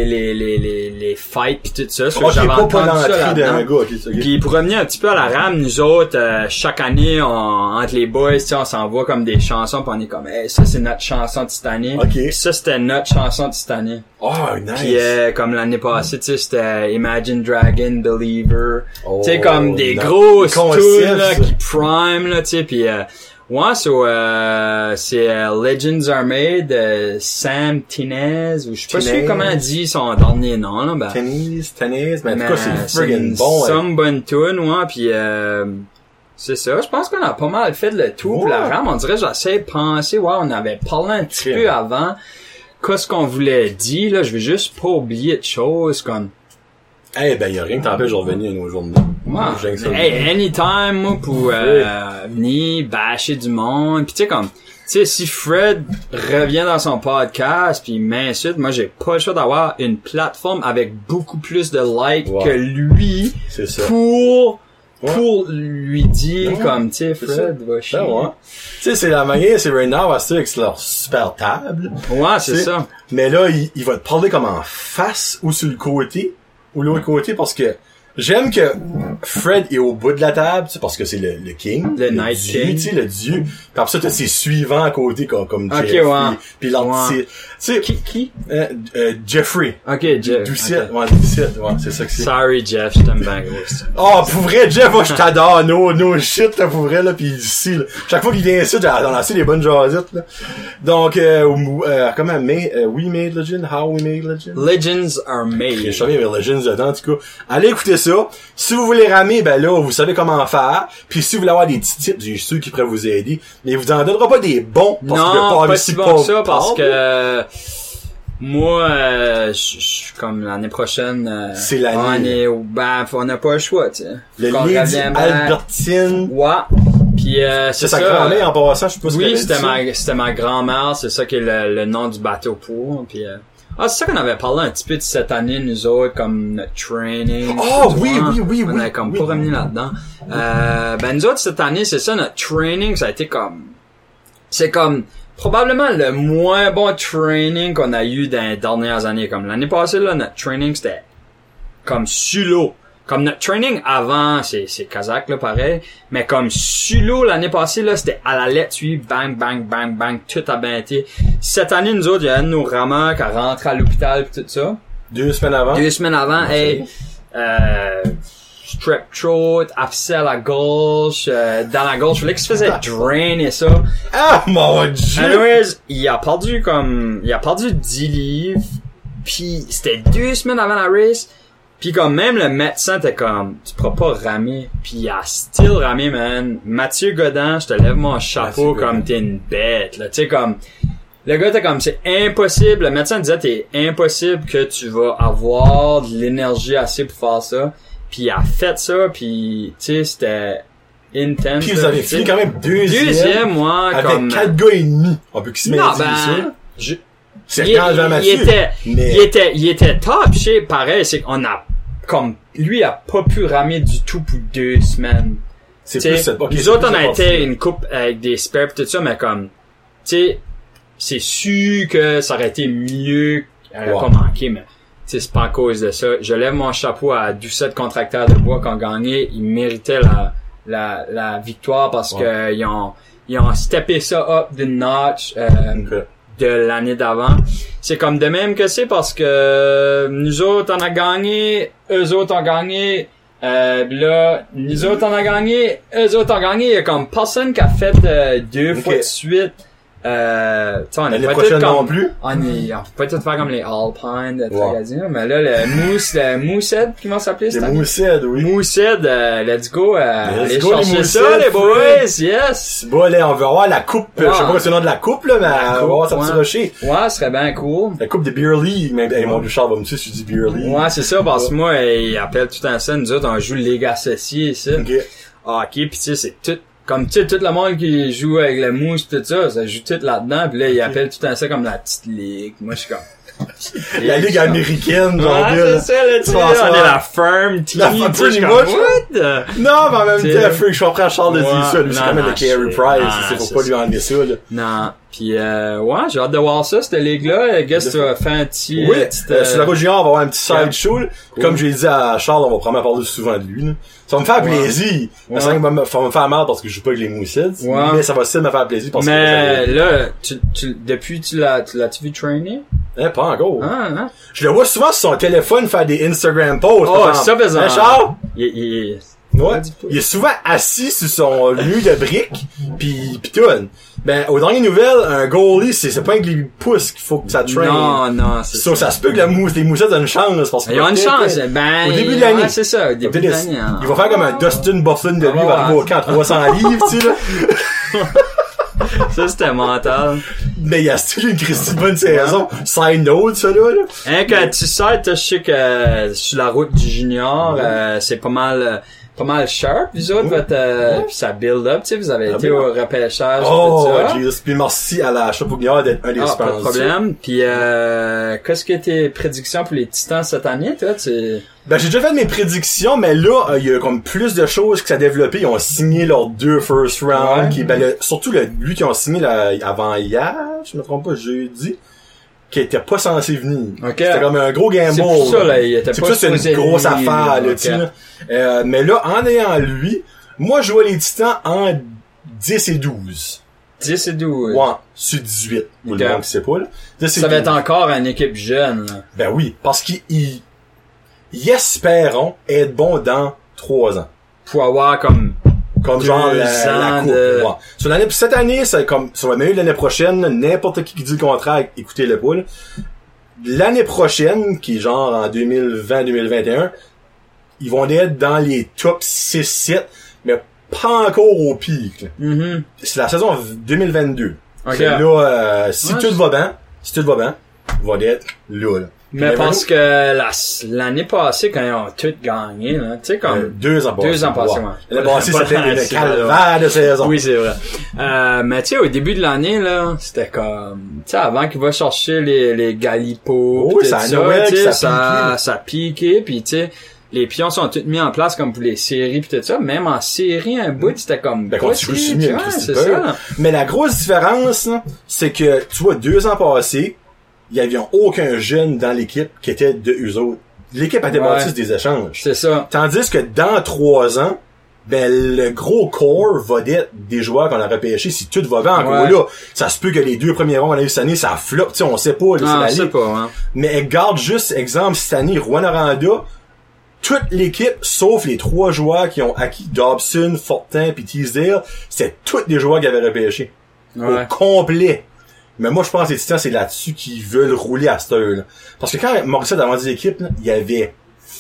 les fights pis tout ça. J'avais entendu ça là-dedans. Pis pour revenir un petit peu à la rame, nous autres, chaque année, entre les boys, tu sais, on s'envoie comme des chansons pis on est comme, hey, ça c'est notre chanson de cette année. Pis ça c'était notre chanson de cette année. Oh, nice. Pis comme l'année passée, tu sais, c'était Imagine Dragon, Believer. Tu sais, comme des grosses tunes, là, qui prime, là, tu sais, pis ouais, c'est Legends Are Made, Sam Tinez, ou je sais pas sûr comment elle dit son dernier nom, là, Tinez, mais en tout cas, c'est friggin' bon, Some bonne tune, ouais, pis c'est ça, je pense qu'on a pas mal fait le tour pour la rame, on dirait, j'essaie de penser, on avait parlé un petit peu avant, qu'est-ce qu'on voulait dire, là, je vais juste pas oublier de choses, comme... y a rien qui t'empêche de revenir à nos journées. Anytime, moi, pour venir bâcher du monde. Pis tu sais, comme, si Fred revient dans son podcast pis il m'insulte, moi, j'ai pas le choix d'avoir une plateforme avec beaucoup plus de likes que lui pour lui dire comme, tu sais, Fred, va chier. Tu sais, c'est la manière, c'est right now, avec leur super table. Ouais, c'est ça. Mais là, il va te parler comme en face ou sur le côté, ou l'autre côté, parce que J'aime que Fred est au bout de la table, tu sais, parce que c'est le king. Le Night dieu, King. Tu sais, le dieu. Puis après ça, t'as ses suivants à côté, comme Okay, Jeffrey. ouais. Puis l'anti... Tu sais... Qui? Jeffrey. Ok, Jeff. Doucette. Okay. Ouais, Doucette. Ouais, c'est ça que c'est. Sorry, Jeff, je t'aime bien, gros. Oh, pour vrai, Jeff, moi, je t'adore. No shit, là, pour vrai, là. Pis ici, là. Chaque fois qu'il vient ici, on a assez des bonnes jasettes, là. Donc, comment, We Made Legend? How We Made Legend? Legends are made. Je savais, il y avait Legends dedans, en tout cas. Allez écouter ça. Si vous voulez ramer, ben là, vous savez comment faire. Puis si vous voulez avoir des petits tips, j'ai sûr qui pourraient vous aider. Mais il vous en donnera pas des bons. Parce non, que pas si bon que ça, parce que moi, je suis comme l'année prochaine. C'est l'année. On n'a pas le choix, tu sais. Le Lady Albertine. Ouais. Puis c'est ça. Sa grand-mère en passant, je sais pas oui, c'était ma grand-mère, c'est ça qui est le nom du bateau pour. Puis c'est ça qu'on avait parlé un petit peu de cette année, nous autres, comme notre training. Oh, oui. On avait comme pas revenu là-dedans. Nous autres, cette année, c'est ça, notre training, ça a été comme... C'est comme probablement le moins bon training qu'on a eu dans les dernières années. Comme l'année passée, là, notre training, c'était comme sur l'eau. Comme notre training avant, c'est kazakh, là, pareil. Mais comme sur l'eau, l'année passée, là, c'était à la lettre suivie, bang, bang, bang, bang, tout a bien été. Cette année, nous autres, il y a un de nos rameurs qui a rentré à l'hôpital pis tout ça. 2 semaines avant. Strep throat, abcès à la gorge, dans la gorge, il fallait qu'il se faisait drainer ça. Ah, mon Dieu! Anyways, il a perdu 10 livres, pis c'était 2 semaines avant la race, pis comme même le médecin était comme, tu pourras pas ramer, pis il a still ramé, man. Mathieu Godin, je te lève mon chapeau comme t'es une bête, là, tu sais, comme, le gars était comme, c'est impossible, le médecin disait, t'es impossible que tu vas avoir de l'énergie assez pour faire ça. Puis il a fait ça, puis tu sais, c'était intense. Puis vous avez fini quand même deuxième, moi, avec comme 4 gars et demi. On peut qu'il se mette ça. C'est quand Jean Mathieu. Il était top, je sais, pareil, c'est qu'on a, comme, lui a pas pu ramer du tout pour 2 semaines. C'est plus cette nous autres, on a été une coupe avec des spares pis tout ça, mais comme, tu sais, c'est sûr que ça aurait été mieux, elle aurait pas manqué, mais c'est pas à cause de ça. Je lève mon chapeau à Doucette Contracteurs de Bois qui ont gagné. Ils méritaient la victoire parce que ils ont steppé ça up d'une notch de l'année d'avant. C'est comme de même que c'est parce que nous autres on a gagné, eux autres ont gagné. Là, nous autres on a gagné, eux autres ont gagné. Il y a comme personne qui a fait 2 fois de suite. On l'année prochaine non plus. On peut pas tout faire comme les Alpine de Tragazine, mais là, le Moosehead, comment ça s'appelait ça? Le Moosehead, oui. Moosehead, let's go, allez go, chercher ça, les boys, yes! Bon, là, on va avoir la coupe, je sais pas c'est le nom de la coupe, là, mais on va avoir sa petite rocher. Ouais, ce serait bien cool. La coupe de Beer League, même, mon Charles va me tuer si je dis Beer League. Ouais, c'est ça, parce que moi, il appelle tout un ça, nous autres, on joue Ligue associée, ça. Ok, pis tu sais, c'est tout. Comme tu sais, tout le monde qui joue avec le mousse tout ça joue tout là-dedans, puis là, ils appellent tout ça comme la petite ligue. Moi, je suis comme... la ligue américaine, genre. Ouais, c'est ça, là, tu sais, on est la firm team. La firm team, non, mais en même temps, je comprends à Charles de dire ça, lui, c'est quand même le Carey Price, c'est pour pas lui enlever ça, là. Non. Pis j'ai hâte de voir ça, cette ligue-là. Guess tu vas faire un petit... Oui, sur la route junior, on va avoir un petit side show, cool. Comme j'ai dit à Charles, on va probablement parler souvent de lui, là. Ça va me faire plaisir. Ça va me faire mal parce que je joue pas avec les Mooseheads. Mais ça va aussi me faire plaisir parce que... Mais là, depuis tu l'as-tu vu trainer? Pas encore. Ah. Je le vois souvent sur son téléphone faire des Instagram posts. Oh, ça faisant. Hein, Charles? Ouais. Il est souvent assis sur son mur de briques pis tout. Ben, aux dernières nouvelles, un goalie, c'est pas avec les pouces qu'il faut que ça traîne. Non, c'est ça. Ça se peut que les Mooseheads ont une chance parce que. Ils ont une chance, ben. Au début de l'année. Ouais, c'est ça, au début de l'année. Il va faire comme un Dustin Bufflin de lui, il va arriver au camp à 300 livres, tu sais, là. Ça, c'était mental. Mais il y a still une Christie de bonne saison. Side note, ça, là. Hein, quand tu sais, je sais que sur la route du junior, c'est pas mal sharp, vous autres, pis ça build up, tu sais, vous avez été au repêchage, tout ça. Jesus. Puis merci à la Chapeauguignard d'être un des sponsors. Pas de problème. Puis qu'est-ce que tes prédictions pour les Titans cette année, toi, Ben, j'ai déjà fait mes prédictions, mais là, il y a comme plus de choses qui s'est développé. Ils ont signé leurs 2 first round, surtout lui qui ont signé avant hier, je me trompe pas, jeudi. qui était pas censé venir. Okay. C'était comme un gros gamble. C'est pour ça, là, il était c'est pas pour ça, c'est une grosse affaire, là, tu sais. Mais là, en ayant lui, moi, je vois les Titans en 10 et 12. 10 et 12. Ouais, sur 18. Ou le monde qui sait pas, là. Ça va être encore une équipe jeune, là. Ben oui, parce qu'ils espérons être bons dans 3 ans. Pour avoir comme genre la coupe. Ouais. Sur cette année, c'est comme, ça va mieux l'année prochaine, n'importe qui dit le contraire, écoutez-le pas, là. L'année prochaine, qui est genre en 2020-2021, ils vont être dans les top 6-7, mais pas encore au pic, là. Mm-hmm. C'est la saison 2022. Okay. C'est là, si tout va bien, ils vont être là. Mais parce que l'année passée, quand ils ont tout gagné, là, tu sais, comme... 2 ans passés. 2 ans passés, ouais. L'année passée, c'était le calvaire de saison. Oui, c'est vrai. Mais tu sais, au début de l'année, là, c'était comme... Tu sais, avant qu'il va chercher les galipots, oui, ça a piqué, puis tu sais, les pions sont tous mis en place comme pour les séries pis tout ça. Même en série, un bout, c'était comme... Ben, c'est ça. Mais la grosse différence, là, c'est que, tu vois, 2 ans passés, il y avait aucun jeune dans l'équipe qui était de eux autres. L'équipe a été bâtie des échanges. C'est ça. Tandis que dans 3 ans, ben, le gros core va être des joueurs qu'on a repêchés si tout va bien encore là. Ça se peut que les 2 premiers ronds qu'on a eu cette année, ça floppe, tu sais, on sait pas, là, c'est la ligue. Mais garde juste, exemple, cette année, Juan Aranda, toute l'équipe, sauf les 3 joueurs qui ont acquis Dobson, Fortin pis Teasdale, c'est tous des joueurs qui avaient repêché. Au complet. Mais moi, je pense que les Titans, c'est là-dessus qu'ils veulent rouler à cette heure-là. Parce que quand Morissette a vendu l'équipe, il y avait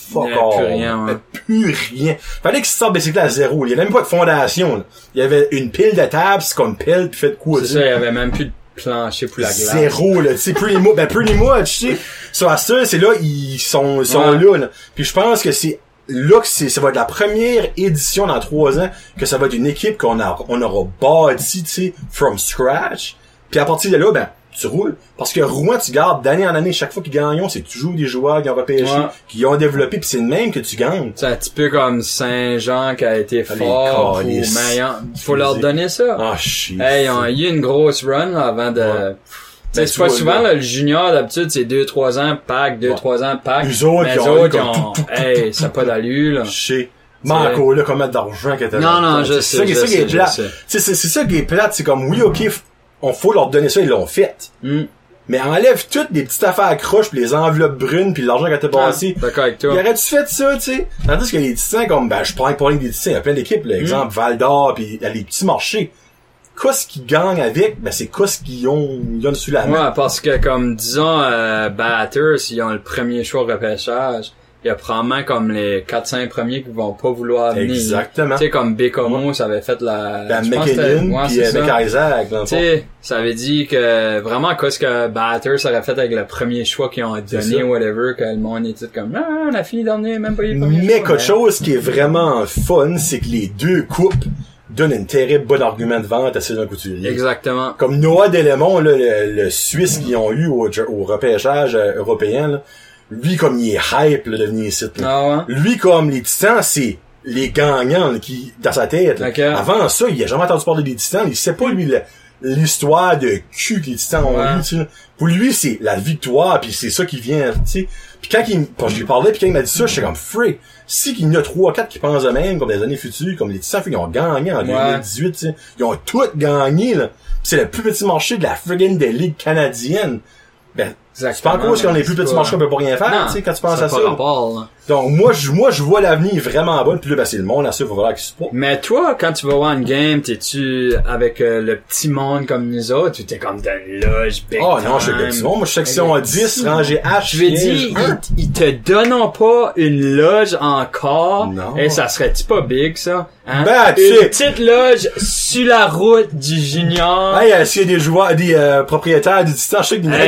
plus rien. Fallait qu'ils sortent basically à zéro. Il y avait même pas de fondation, là. Il y avait une pile de tables, c'est comme pelle, puis fait de quoi. C'est ça, il y avait même plus de plancher pour la glace. Zéro, là. Tu sais, pretty much, tu sais. Sur ça, c'est là, ils sont là. Puis je pense que c'est là que ça va être la première édition dans 3 ans que ça va être une équipe qu'on aura bâti, tu sais, from scratch. Puis à partir de là, ben, tu roules. Parce que Rouen, tu gardes d'année en année, chaque fois qu'ils gagnent, c'est toujours des joueurs qui ont repêché, qui ont développé, puis c'est le même que tu gagnes. C'est un petit peu comme Saint-Jean qui a été fort, mais faut leur donner ça. Ah, shit. Hey, ils ont eu une grosse run, là, avant de... Tu sais, c'est pas souvent, là, le junior, d'habitude, c'est 2-3 ans, pack, 2-3 ans, pack. Les autres, ils ont hey, ça n'a pas d'allure, là. Shit. Marco, là, combien d'argent que t'as. Non, je sais. C'est ça qui est plate. C'est ça qui est plate, c'est comme, oui, ok, faut leur donner ça, ils l'ont fait. Mais enlève toutes les petites affaires à croche pis les enveloppes brunes pis l'argent que t'as passé. D'accord avec toi. Il aurait-tu fait ça, tu sais? Tandis que les Titans, comme, ben, je prends pour les Titans, il y a plein d'équipes, là, exemple, Val d'Or pis les petits marchés. Qu'est-ce qu'ils gagnent avec? Ben, c'est qu'est-ce qu'ils ont sous la main. Ouais, parce que, comme, disons, Batters, ils ont le premier choix de repêchage. Il y a probablement comme les 4-5 premiers qui vont pas vouloir venir. Exactement. Tu sais, comme Bécomo, ça avait fait la McKinnon pis McIsaac, tu sais, ça avait dit que vraiment qu'est-ce que Batters aurait fait avec le premier choix qu'ils ont donné, whatever, que le monde était comme, on a fini d'emmener même pas les premiers choix. Mais quelque chose qui est vraiment fun, c'est que les 2 coupes donnent un terrible bon argument de vente à Sylvain Couturier. Exactement. Comme Noah Delémont, là, le Suisse qu'ils ont eu au repêchage européen, là, lui, comme il est hype, là, de venir ici, là. Lui, comme les Titans, c'est les gagnants, là, qui, dans sa tête, là. Avant ça, il a jamais entendu parler des Titans, il sait pas, lui, l'histoire de cul que les Titans ont eu, tu sais. Pour lui, c'est la victoire, puis c'est ça qui vient, tu sais. Puis quand je lui parlais, puis quand il m'a dit ça, j'étais comme, free. Si qu'il y en a 3-4 qui pensent de même, comme des années futures, comme les Titans, ils ont gagné en 2018, tu sais. Ils ont tous gagné, là. Pis c'est le plus petit marché de la friggin' des ligues canadiennes. Ben, c'est pas en cause qu'on est plus petit marché, on peut pas rien faire, tu sais, quand tu penses à ça. Donc, moi, je vois l'avenir vraiment bon, puis là, ben, c'est le monde à ça, il va falloir qu'il se passe. Mais toi, quand tu vas voir une game, t'es-tu avec le petit monde comme nous autres, ou t'es comme dans une loge big time? Non, je suis le petit monde. Moi, je suis section 10, rangée H. Je veux dire, ils te donnent pas une loge encore. Non. Et ça serait-tu pas big, ça? Hein? Ben, une petite loge sur la route du junior. Hey, s'il y a des joueurs, des propriétaires du Titan, je sais que des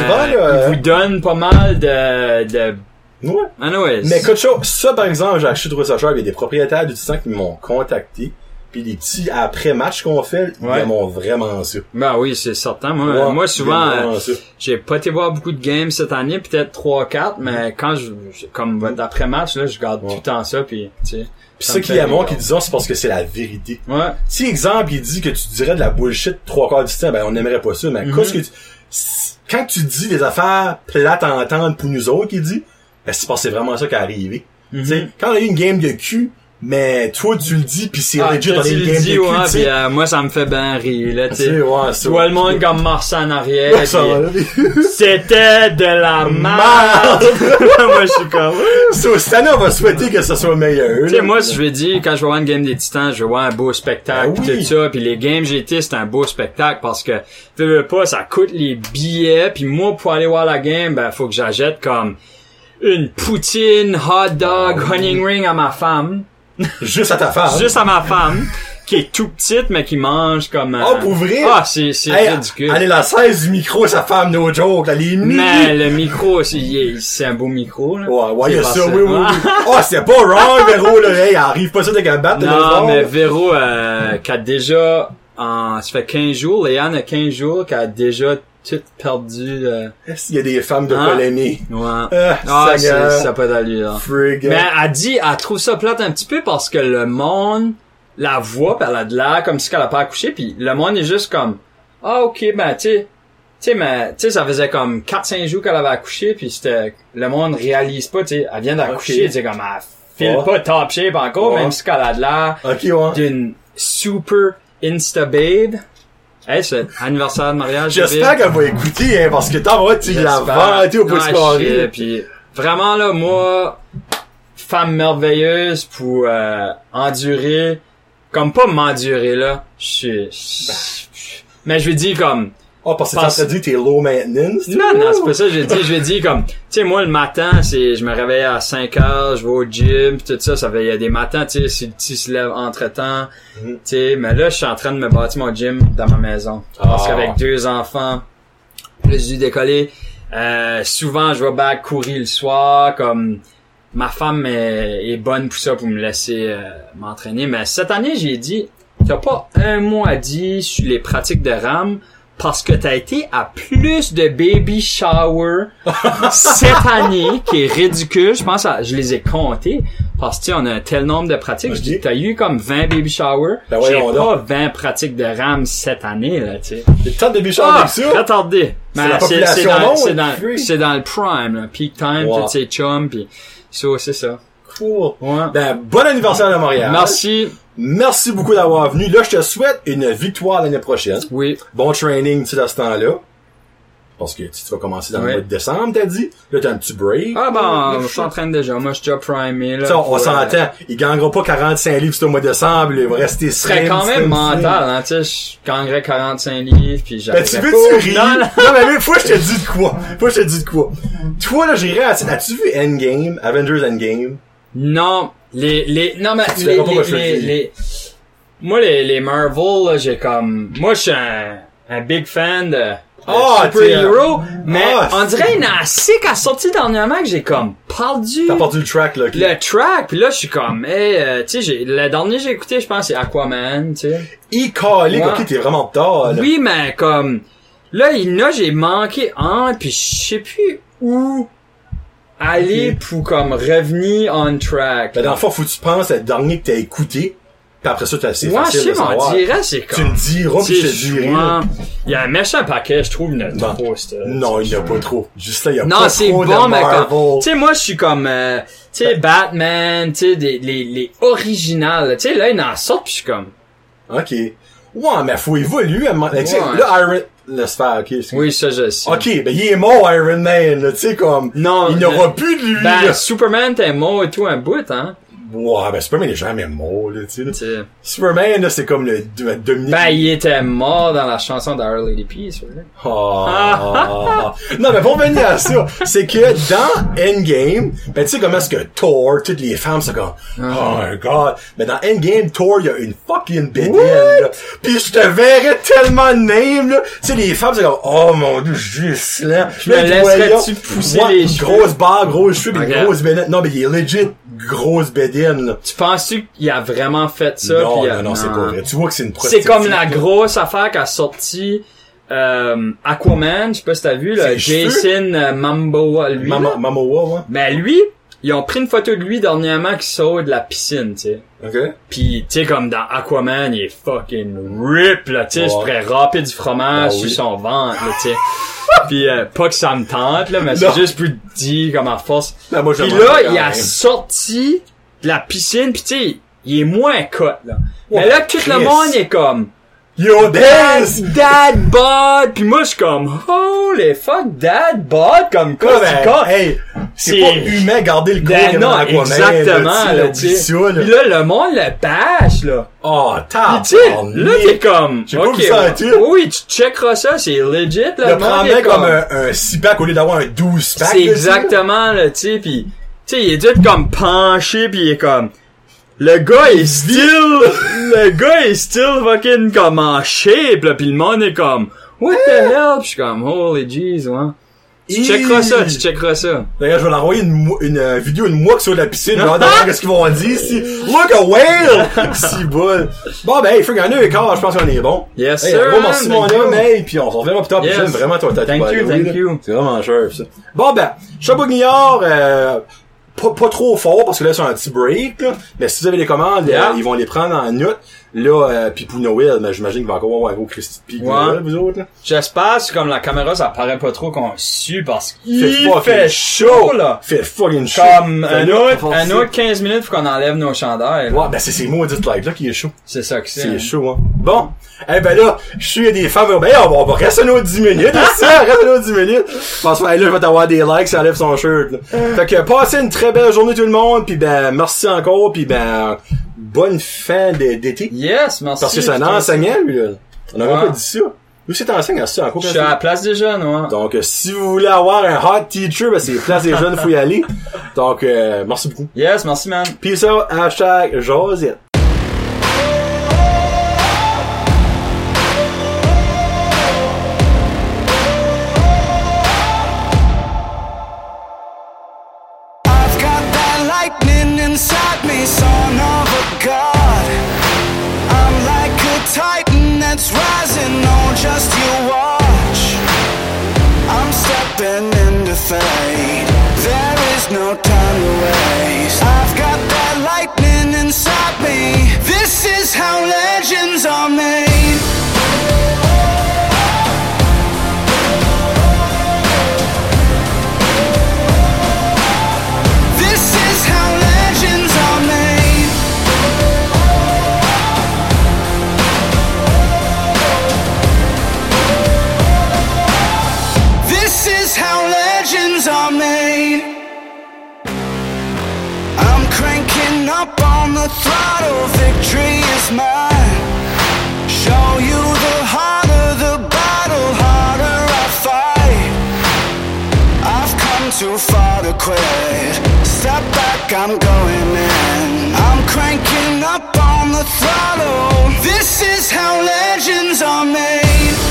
ils vous donnent pas mal de ouais. Mais quelque chose, ça par exemple, j'ai acheté trouvé ça cher, il y a des propriétaires du Titan qui m'ont contacté, puis les petits après-match qu'on fait, ils m'ont vraiment su. Ben oui, c'est certain. Moi souvent, j'ai pas été voir beaucoup de games cette année, peut-être 3-4, mais quand comme d'après-match, là, je garde tout le temps ça, puis tu sais. Pis ça qui est moi qui disons, c'est parce que c'est la vérité. Ouais. Si exemple, il dit que tu dirais de la bullshit 3/4 du temps, ben on n'aimerait pas ça, mais qu'est-ce que quand tu dis des affaires plates à entendre pour nous autres, qu'il dit, ben, c'est vraiment ça qui est arrivé. Tu sais, quand on a eu une game de cul, mais toi tu le dis pis c'est legit, on a une game de cul, ouais, pis moi ça me fait bien rire, là, tu sais. Ouais, tu vois le monde comme Marcy en arrière, ouais, c'était de la merde. Moi je suis comme... Cette année on va souhaiter que ça soit meilleur. Tu sais, moi si je veux dire, quand je vais voir une game des Titans, je vais voir un beau spectacle, pis tout ça, pis les games GT c'est un beau spectacle parce que, tu veux pas, ça coûte les billets, pis moi pour aller voir la game, ben faut que j'achète comme une poutine, hot dog, onion ring à ma femme. Juste à ta femme. Juste à ma femme, qui est tout petite, mais qui mange comme... Oh, pour vrai? Ah, c'est ridicule. Elle est la 16 du micro, sa femme, no joke. Elle est mais le micro, c'est un beau micro, là. Ouais, il y a ça, oui. Oh, c'est pas wrong, Véro, là. Hey, elle arrive pas ça de qu'elle batte. Non, mais Véro, qui a déjà, ça fait 15 jours, Léane a 15 jours, qui a déjà tout perdu, Est-ce qu'il y a des femmes de polémie? Ouais. Ça peut d'allure. Mais elle trouve ça plate un petit peu parce que le monde la voit pis elle a de l'air comme si elle a pas accouché pis le monde est juste comme, ok, ben, tu sais, ça faisait comme 4-5 jours qu'elle avait accouché pis c'était, le monde réalise pas, tu sais, elle vient d'accoucher, tu sais, comme, elle file pas top shape encore, même si qu'elle a de l'air d'une super insta babe. Hey, c'est anniversaire de mariage. J'espère qu'elle va écouter, hein, parce que t'en vas, tu l'as vanté au bout de soirée. Puis vraiment, là, moi, femme merveilleuse pour endurer, comme pas m'endurer, là, mais je veux dire comme... Oh, parce que t'as dit t'es low maintenance? Non, c'est pas ça, je veux dire comme, tu sais, moi, le matin, je me réveille à 5 heures, je vais au gym, pis tout ça, il y a des matins, tu sais, si le petit se lève entre-temps, tu sais, mais là, je suis en train de me bâtir mon gym dans ma maison. Parce qu'avec 2 enfants, plus du décollé, souvent, je vais back courir le soir, comme, ma femme est bonne pour ça, pour me laisser m'entraîner, mais cette année, j'ai dit, t'as pas un mot à dire sur les pratiques de rame, parce que t'as été à plus de baby shower cette année, qui est ridicule. Je pense je les ai comptés, parce que, tu sais, on a un tel nombre de pratiques. Je dis, t'as eu comme 20 baby shower. Ben j'ai pas 20 pratiques de rame cette année, là, tu sais. Il y a tant de baby shower avec ça. Retardé. C'est la population c'est dans le prime, là. Peak time, tu sais, chum, pis ça, c'est ça. Cool. Ouais. Ben, bon anniversaire de Montréal. Merci beaucoup d'avoir venu. Là, je te souhaite une victoire l'année prochaine. Oui. Bon training, tu sais, à ce temps-là. Parce que tu vas commencer dans le mois de décembre, t'as dit. Là, t'as un petit break. Ah bon, je s'entraîne déjà. Moi, je suis déjà primé, là. On s'entend. Il gagnera pas 45 livres sur le mois de décembre. Il va rester Ce serait quand même mental, hein. Tu sais, je gagnerais 45 livres, puis j'arriverais tu veux-tu rire? Non, mais faut que je te dise de quoi. Toi, là, j'irais as-tu vu Endgame? Avengers Endgame? Non. Moi, les Marvel, là, j'ai comme, moi, je suis un big fan de super-héros, mais on dirait une assez qui a sorti dernièrement que j'ai comme perdu. T'as perdu le track, là. Le track, pis là, je suis comme, tu sais, le dernier que j'ai écouté, je pense, c'est Aquaman, tu sais. Ok, t'es vraiment tard, là. Oui, mais comme, là, j'ai manqué un, pis je sais plus où aller pour comme revenir on track. Ben, dans le fond, faut que tu penses à le dernier que t'as écouté, pis après ça, c'est facile de savoir. On dirait, c'est comme... Tu me diras, pis je te dirai. Il y a un méchant paquet, je trouve, il y en a trop, non, il y en a pas trop. Juste là, il y a pas trop de Marvel. Tu sais, moi, je suis comme, tu sais, Batman, tu sais, les originales. Tu sais, là, il en sort, pis je suis comme... Ok. Ouais, mais faut évoluer. Là, Iron... Laisse faire, ok. Oui, ça, je sais. Ok, ben, il est mort, Iron Man, là, tu sais, comme... Non. Il n'aura plus de lui, Ben, Superman, t'es mort et tout, un bout, hein. Ouais, ben Superman est jamais mort, là, tu sais. Superman, là, c'est comme le Dominique. Ben, il était mort dans la chanson d'Our Lady Peace, ouais. Non, mais pour venir à ça, c'est que dans Endgame, ben, tu sais comment est-ce que Thor, toutes les femmes, c'est comme, oh my god. Mais dans Endgame, Thor, il y a une fucking bédaine, là. Pis je te verrais tellement de name, là. Tu sais, les femmes, c'est comme, oh mon dieu, juste là. Mais laisserais-tu pousser les cheveux? Grosse barre, grosse cheveux, pis grosse bédaine. Non, mais il est legit grosse bédaine, là. Tu penses-tu qu'il a vraiment fait ça? Non, c'est pas vrai. Tu vois que c'est une prostituée. C'est comme la grosse affaire qu'a sorti Aquaman, je sais pas si t'as vu, là, Jason Momoa, lui. Momoa, ouais. Mais lui, ils ont pris une photo de lui dernièrement qui sort de la piscine, tu sais. OK. Pis, tu sais, comme dans Aquaman, il est fucking rip, là, tu sais, je pourrais râper du fromage sur son ventre, là, tu sais. Puis pas que ça me tente, là, mais c'est juste plus dit comme à force. Ben, moi, Puis là, il a sorti de la piscine, pis tu sais, il est moins cut, là. Mais là, tout le monde est comme... Yo, dad bod, pis moi je suis comme holy fuck dad bod comme quoi hey, c'est pas humain garder le corps non exactement là tu sais pis là le monde le bâche là tu là t'es comme ok oui tu checkeras ça c'est legit là le prendrait comme un 6-pack au lieu d'avoir un 12-pack c'est exactement là tu sais pis tu sais il est tout comme penché pis il est comme le gars est still fucking comme en shape, là, pis le monde est comme, what the hell? Pis je suis comme, holy jeez, ouais. Tu checkeras ça. D'ailleurs, je vais l'envoyer une vidéo de moi qui sur la piscine, je vais voir qu'est-ce qu'ils vont dire ici. Look a whale! Si boule. Bon, ben, hey, Frank, en 1h15, je pense qu'on est bon. Yes, sir. Bon, merci mon homme, hey, pis on se reverra plus tard, pis j'aime vraiment ton tatouage. Thank you. C'est vraiment cher, ça. Bon, ben, Chambougnillard, pas trop fort parce que là c'est un petit break là. Mais si vous avez des commandes, ils vont les prendre en août. Là puis pour Noël, mais j'imagine qu'il va encore avoir un gros Christy Pig Noël, vous autres là. J'espère que comme la caméra ça paraît pas trop conçu parce qu'il fait chaud là. Fait fucking chaud. Comme un autre 15 minutes faut qu'on enlève nos chandails. Ouais, ben c'est ces maudites live là qui est chaud. C'est ça que c'est chaud hein. Bon, ben là, je suis des femmes ben on va rester un autre 10 minutes ça, reste un autre 10 minutes. Je pense que là je vais t'avoir des likes, ça enlève son shirt là. Fait que passez une très belle journée tout le monde puis ben merci encore puis ben bonne fin d'été. Yes, merci. Parce que c'est un enseignant, lui, là. On n'aurait pas dit ça. Où c'est enseignant, ça, en cours? Je suis à la place des jeunes, ouais. Donc, si vous voulez avoir un hot teacher, ben, c'est place des jeunes, faut y aller. Donc, merci beaucoup. Yes, merci, man. Peace out, #Josette. Inside me, son of a god. I'm like a titan that's rising, no, just you watch. I'm stepping into fate, there is no time to waste. I've got that lightning inside me, this is how legends are made. Up on the throttle, victory is mine. Show you the harder the battle, harder I fight. I've come too far to quit. Step back, I'm going in. I'm cranking up on the throttle. This is how legends are made.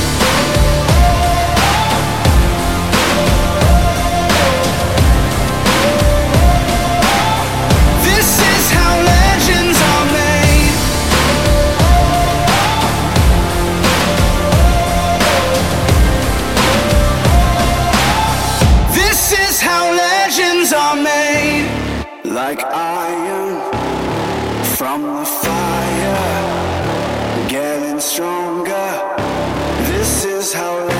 Like iron from the fire, getting stronger. This is how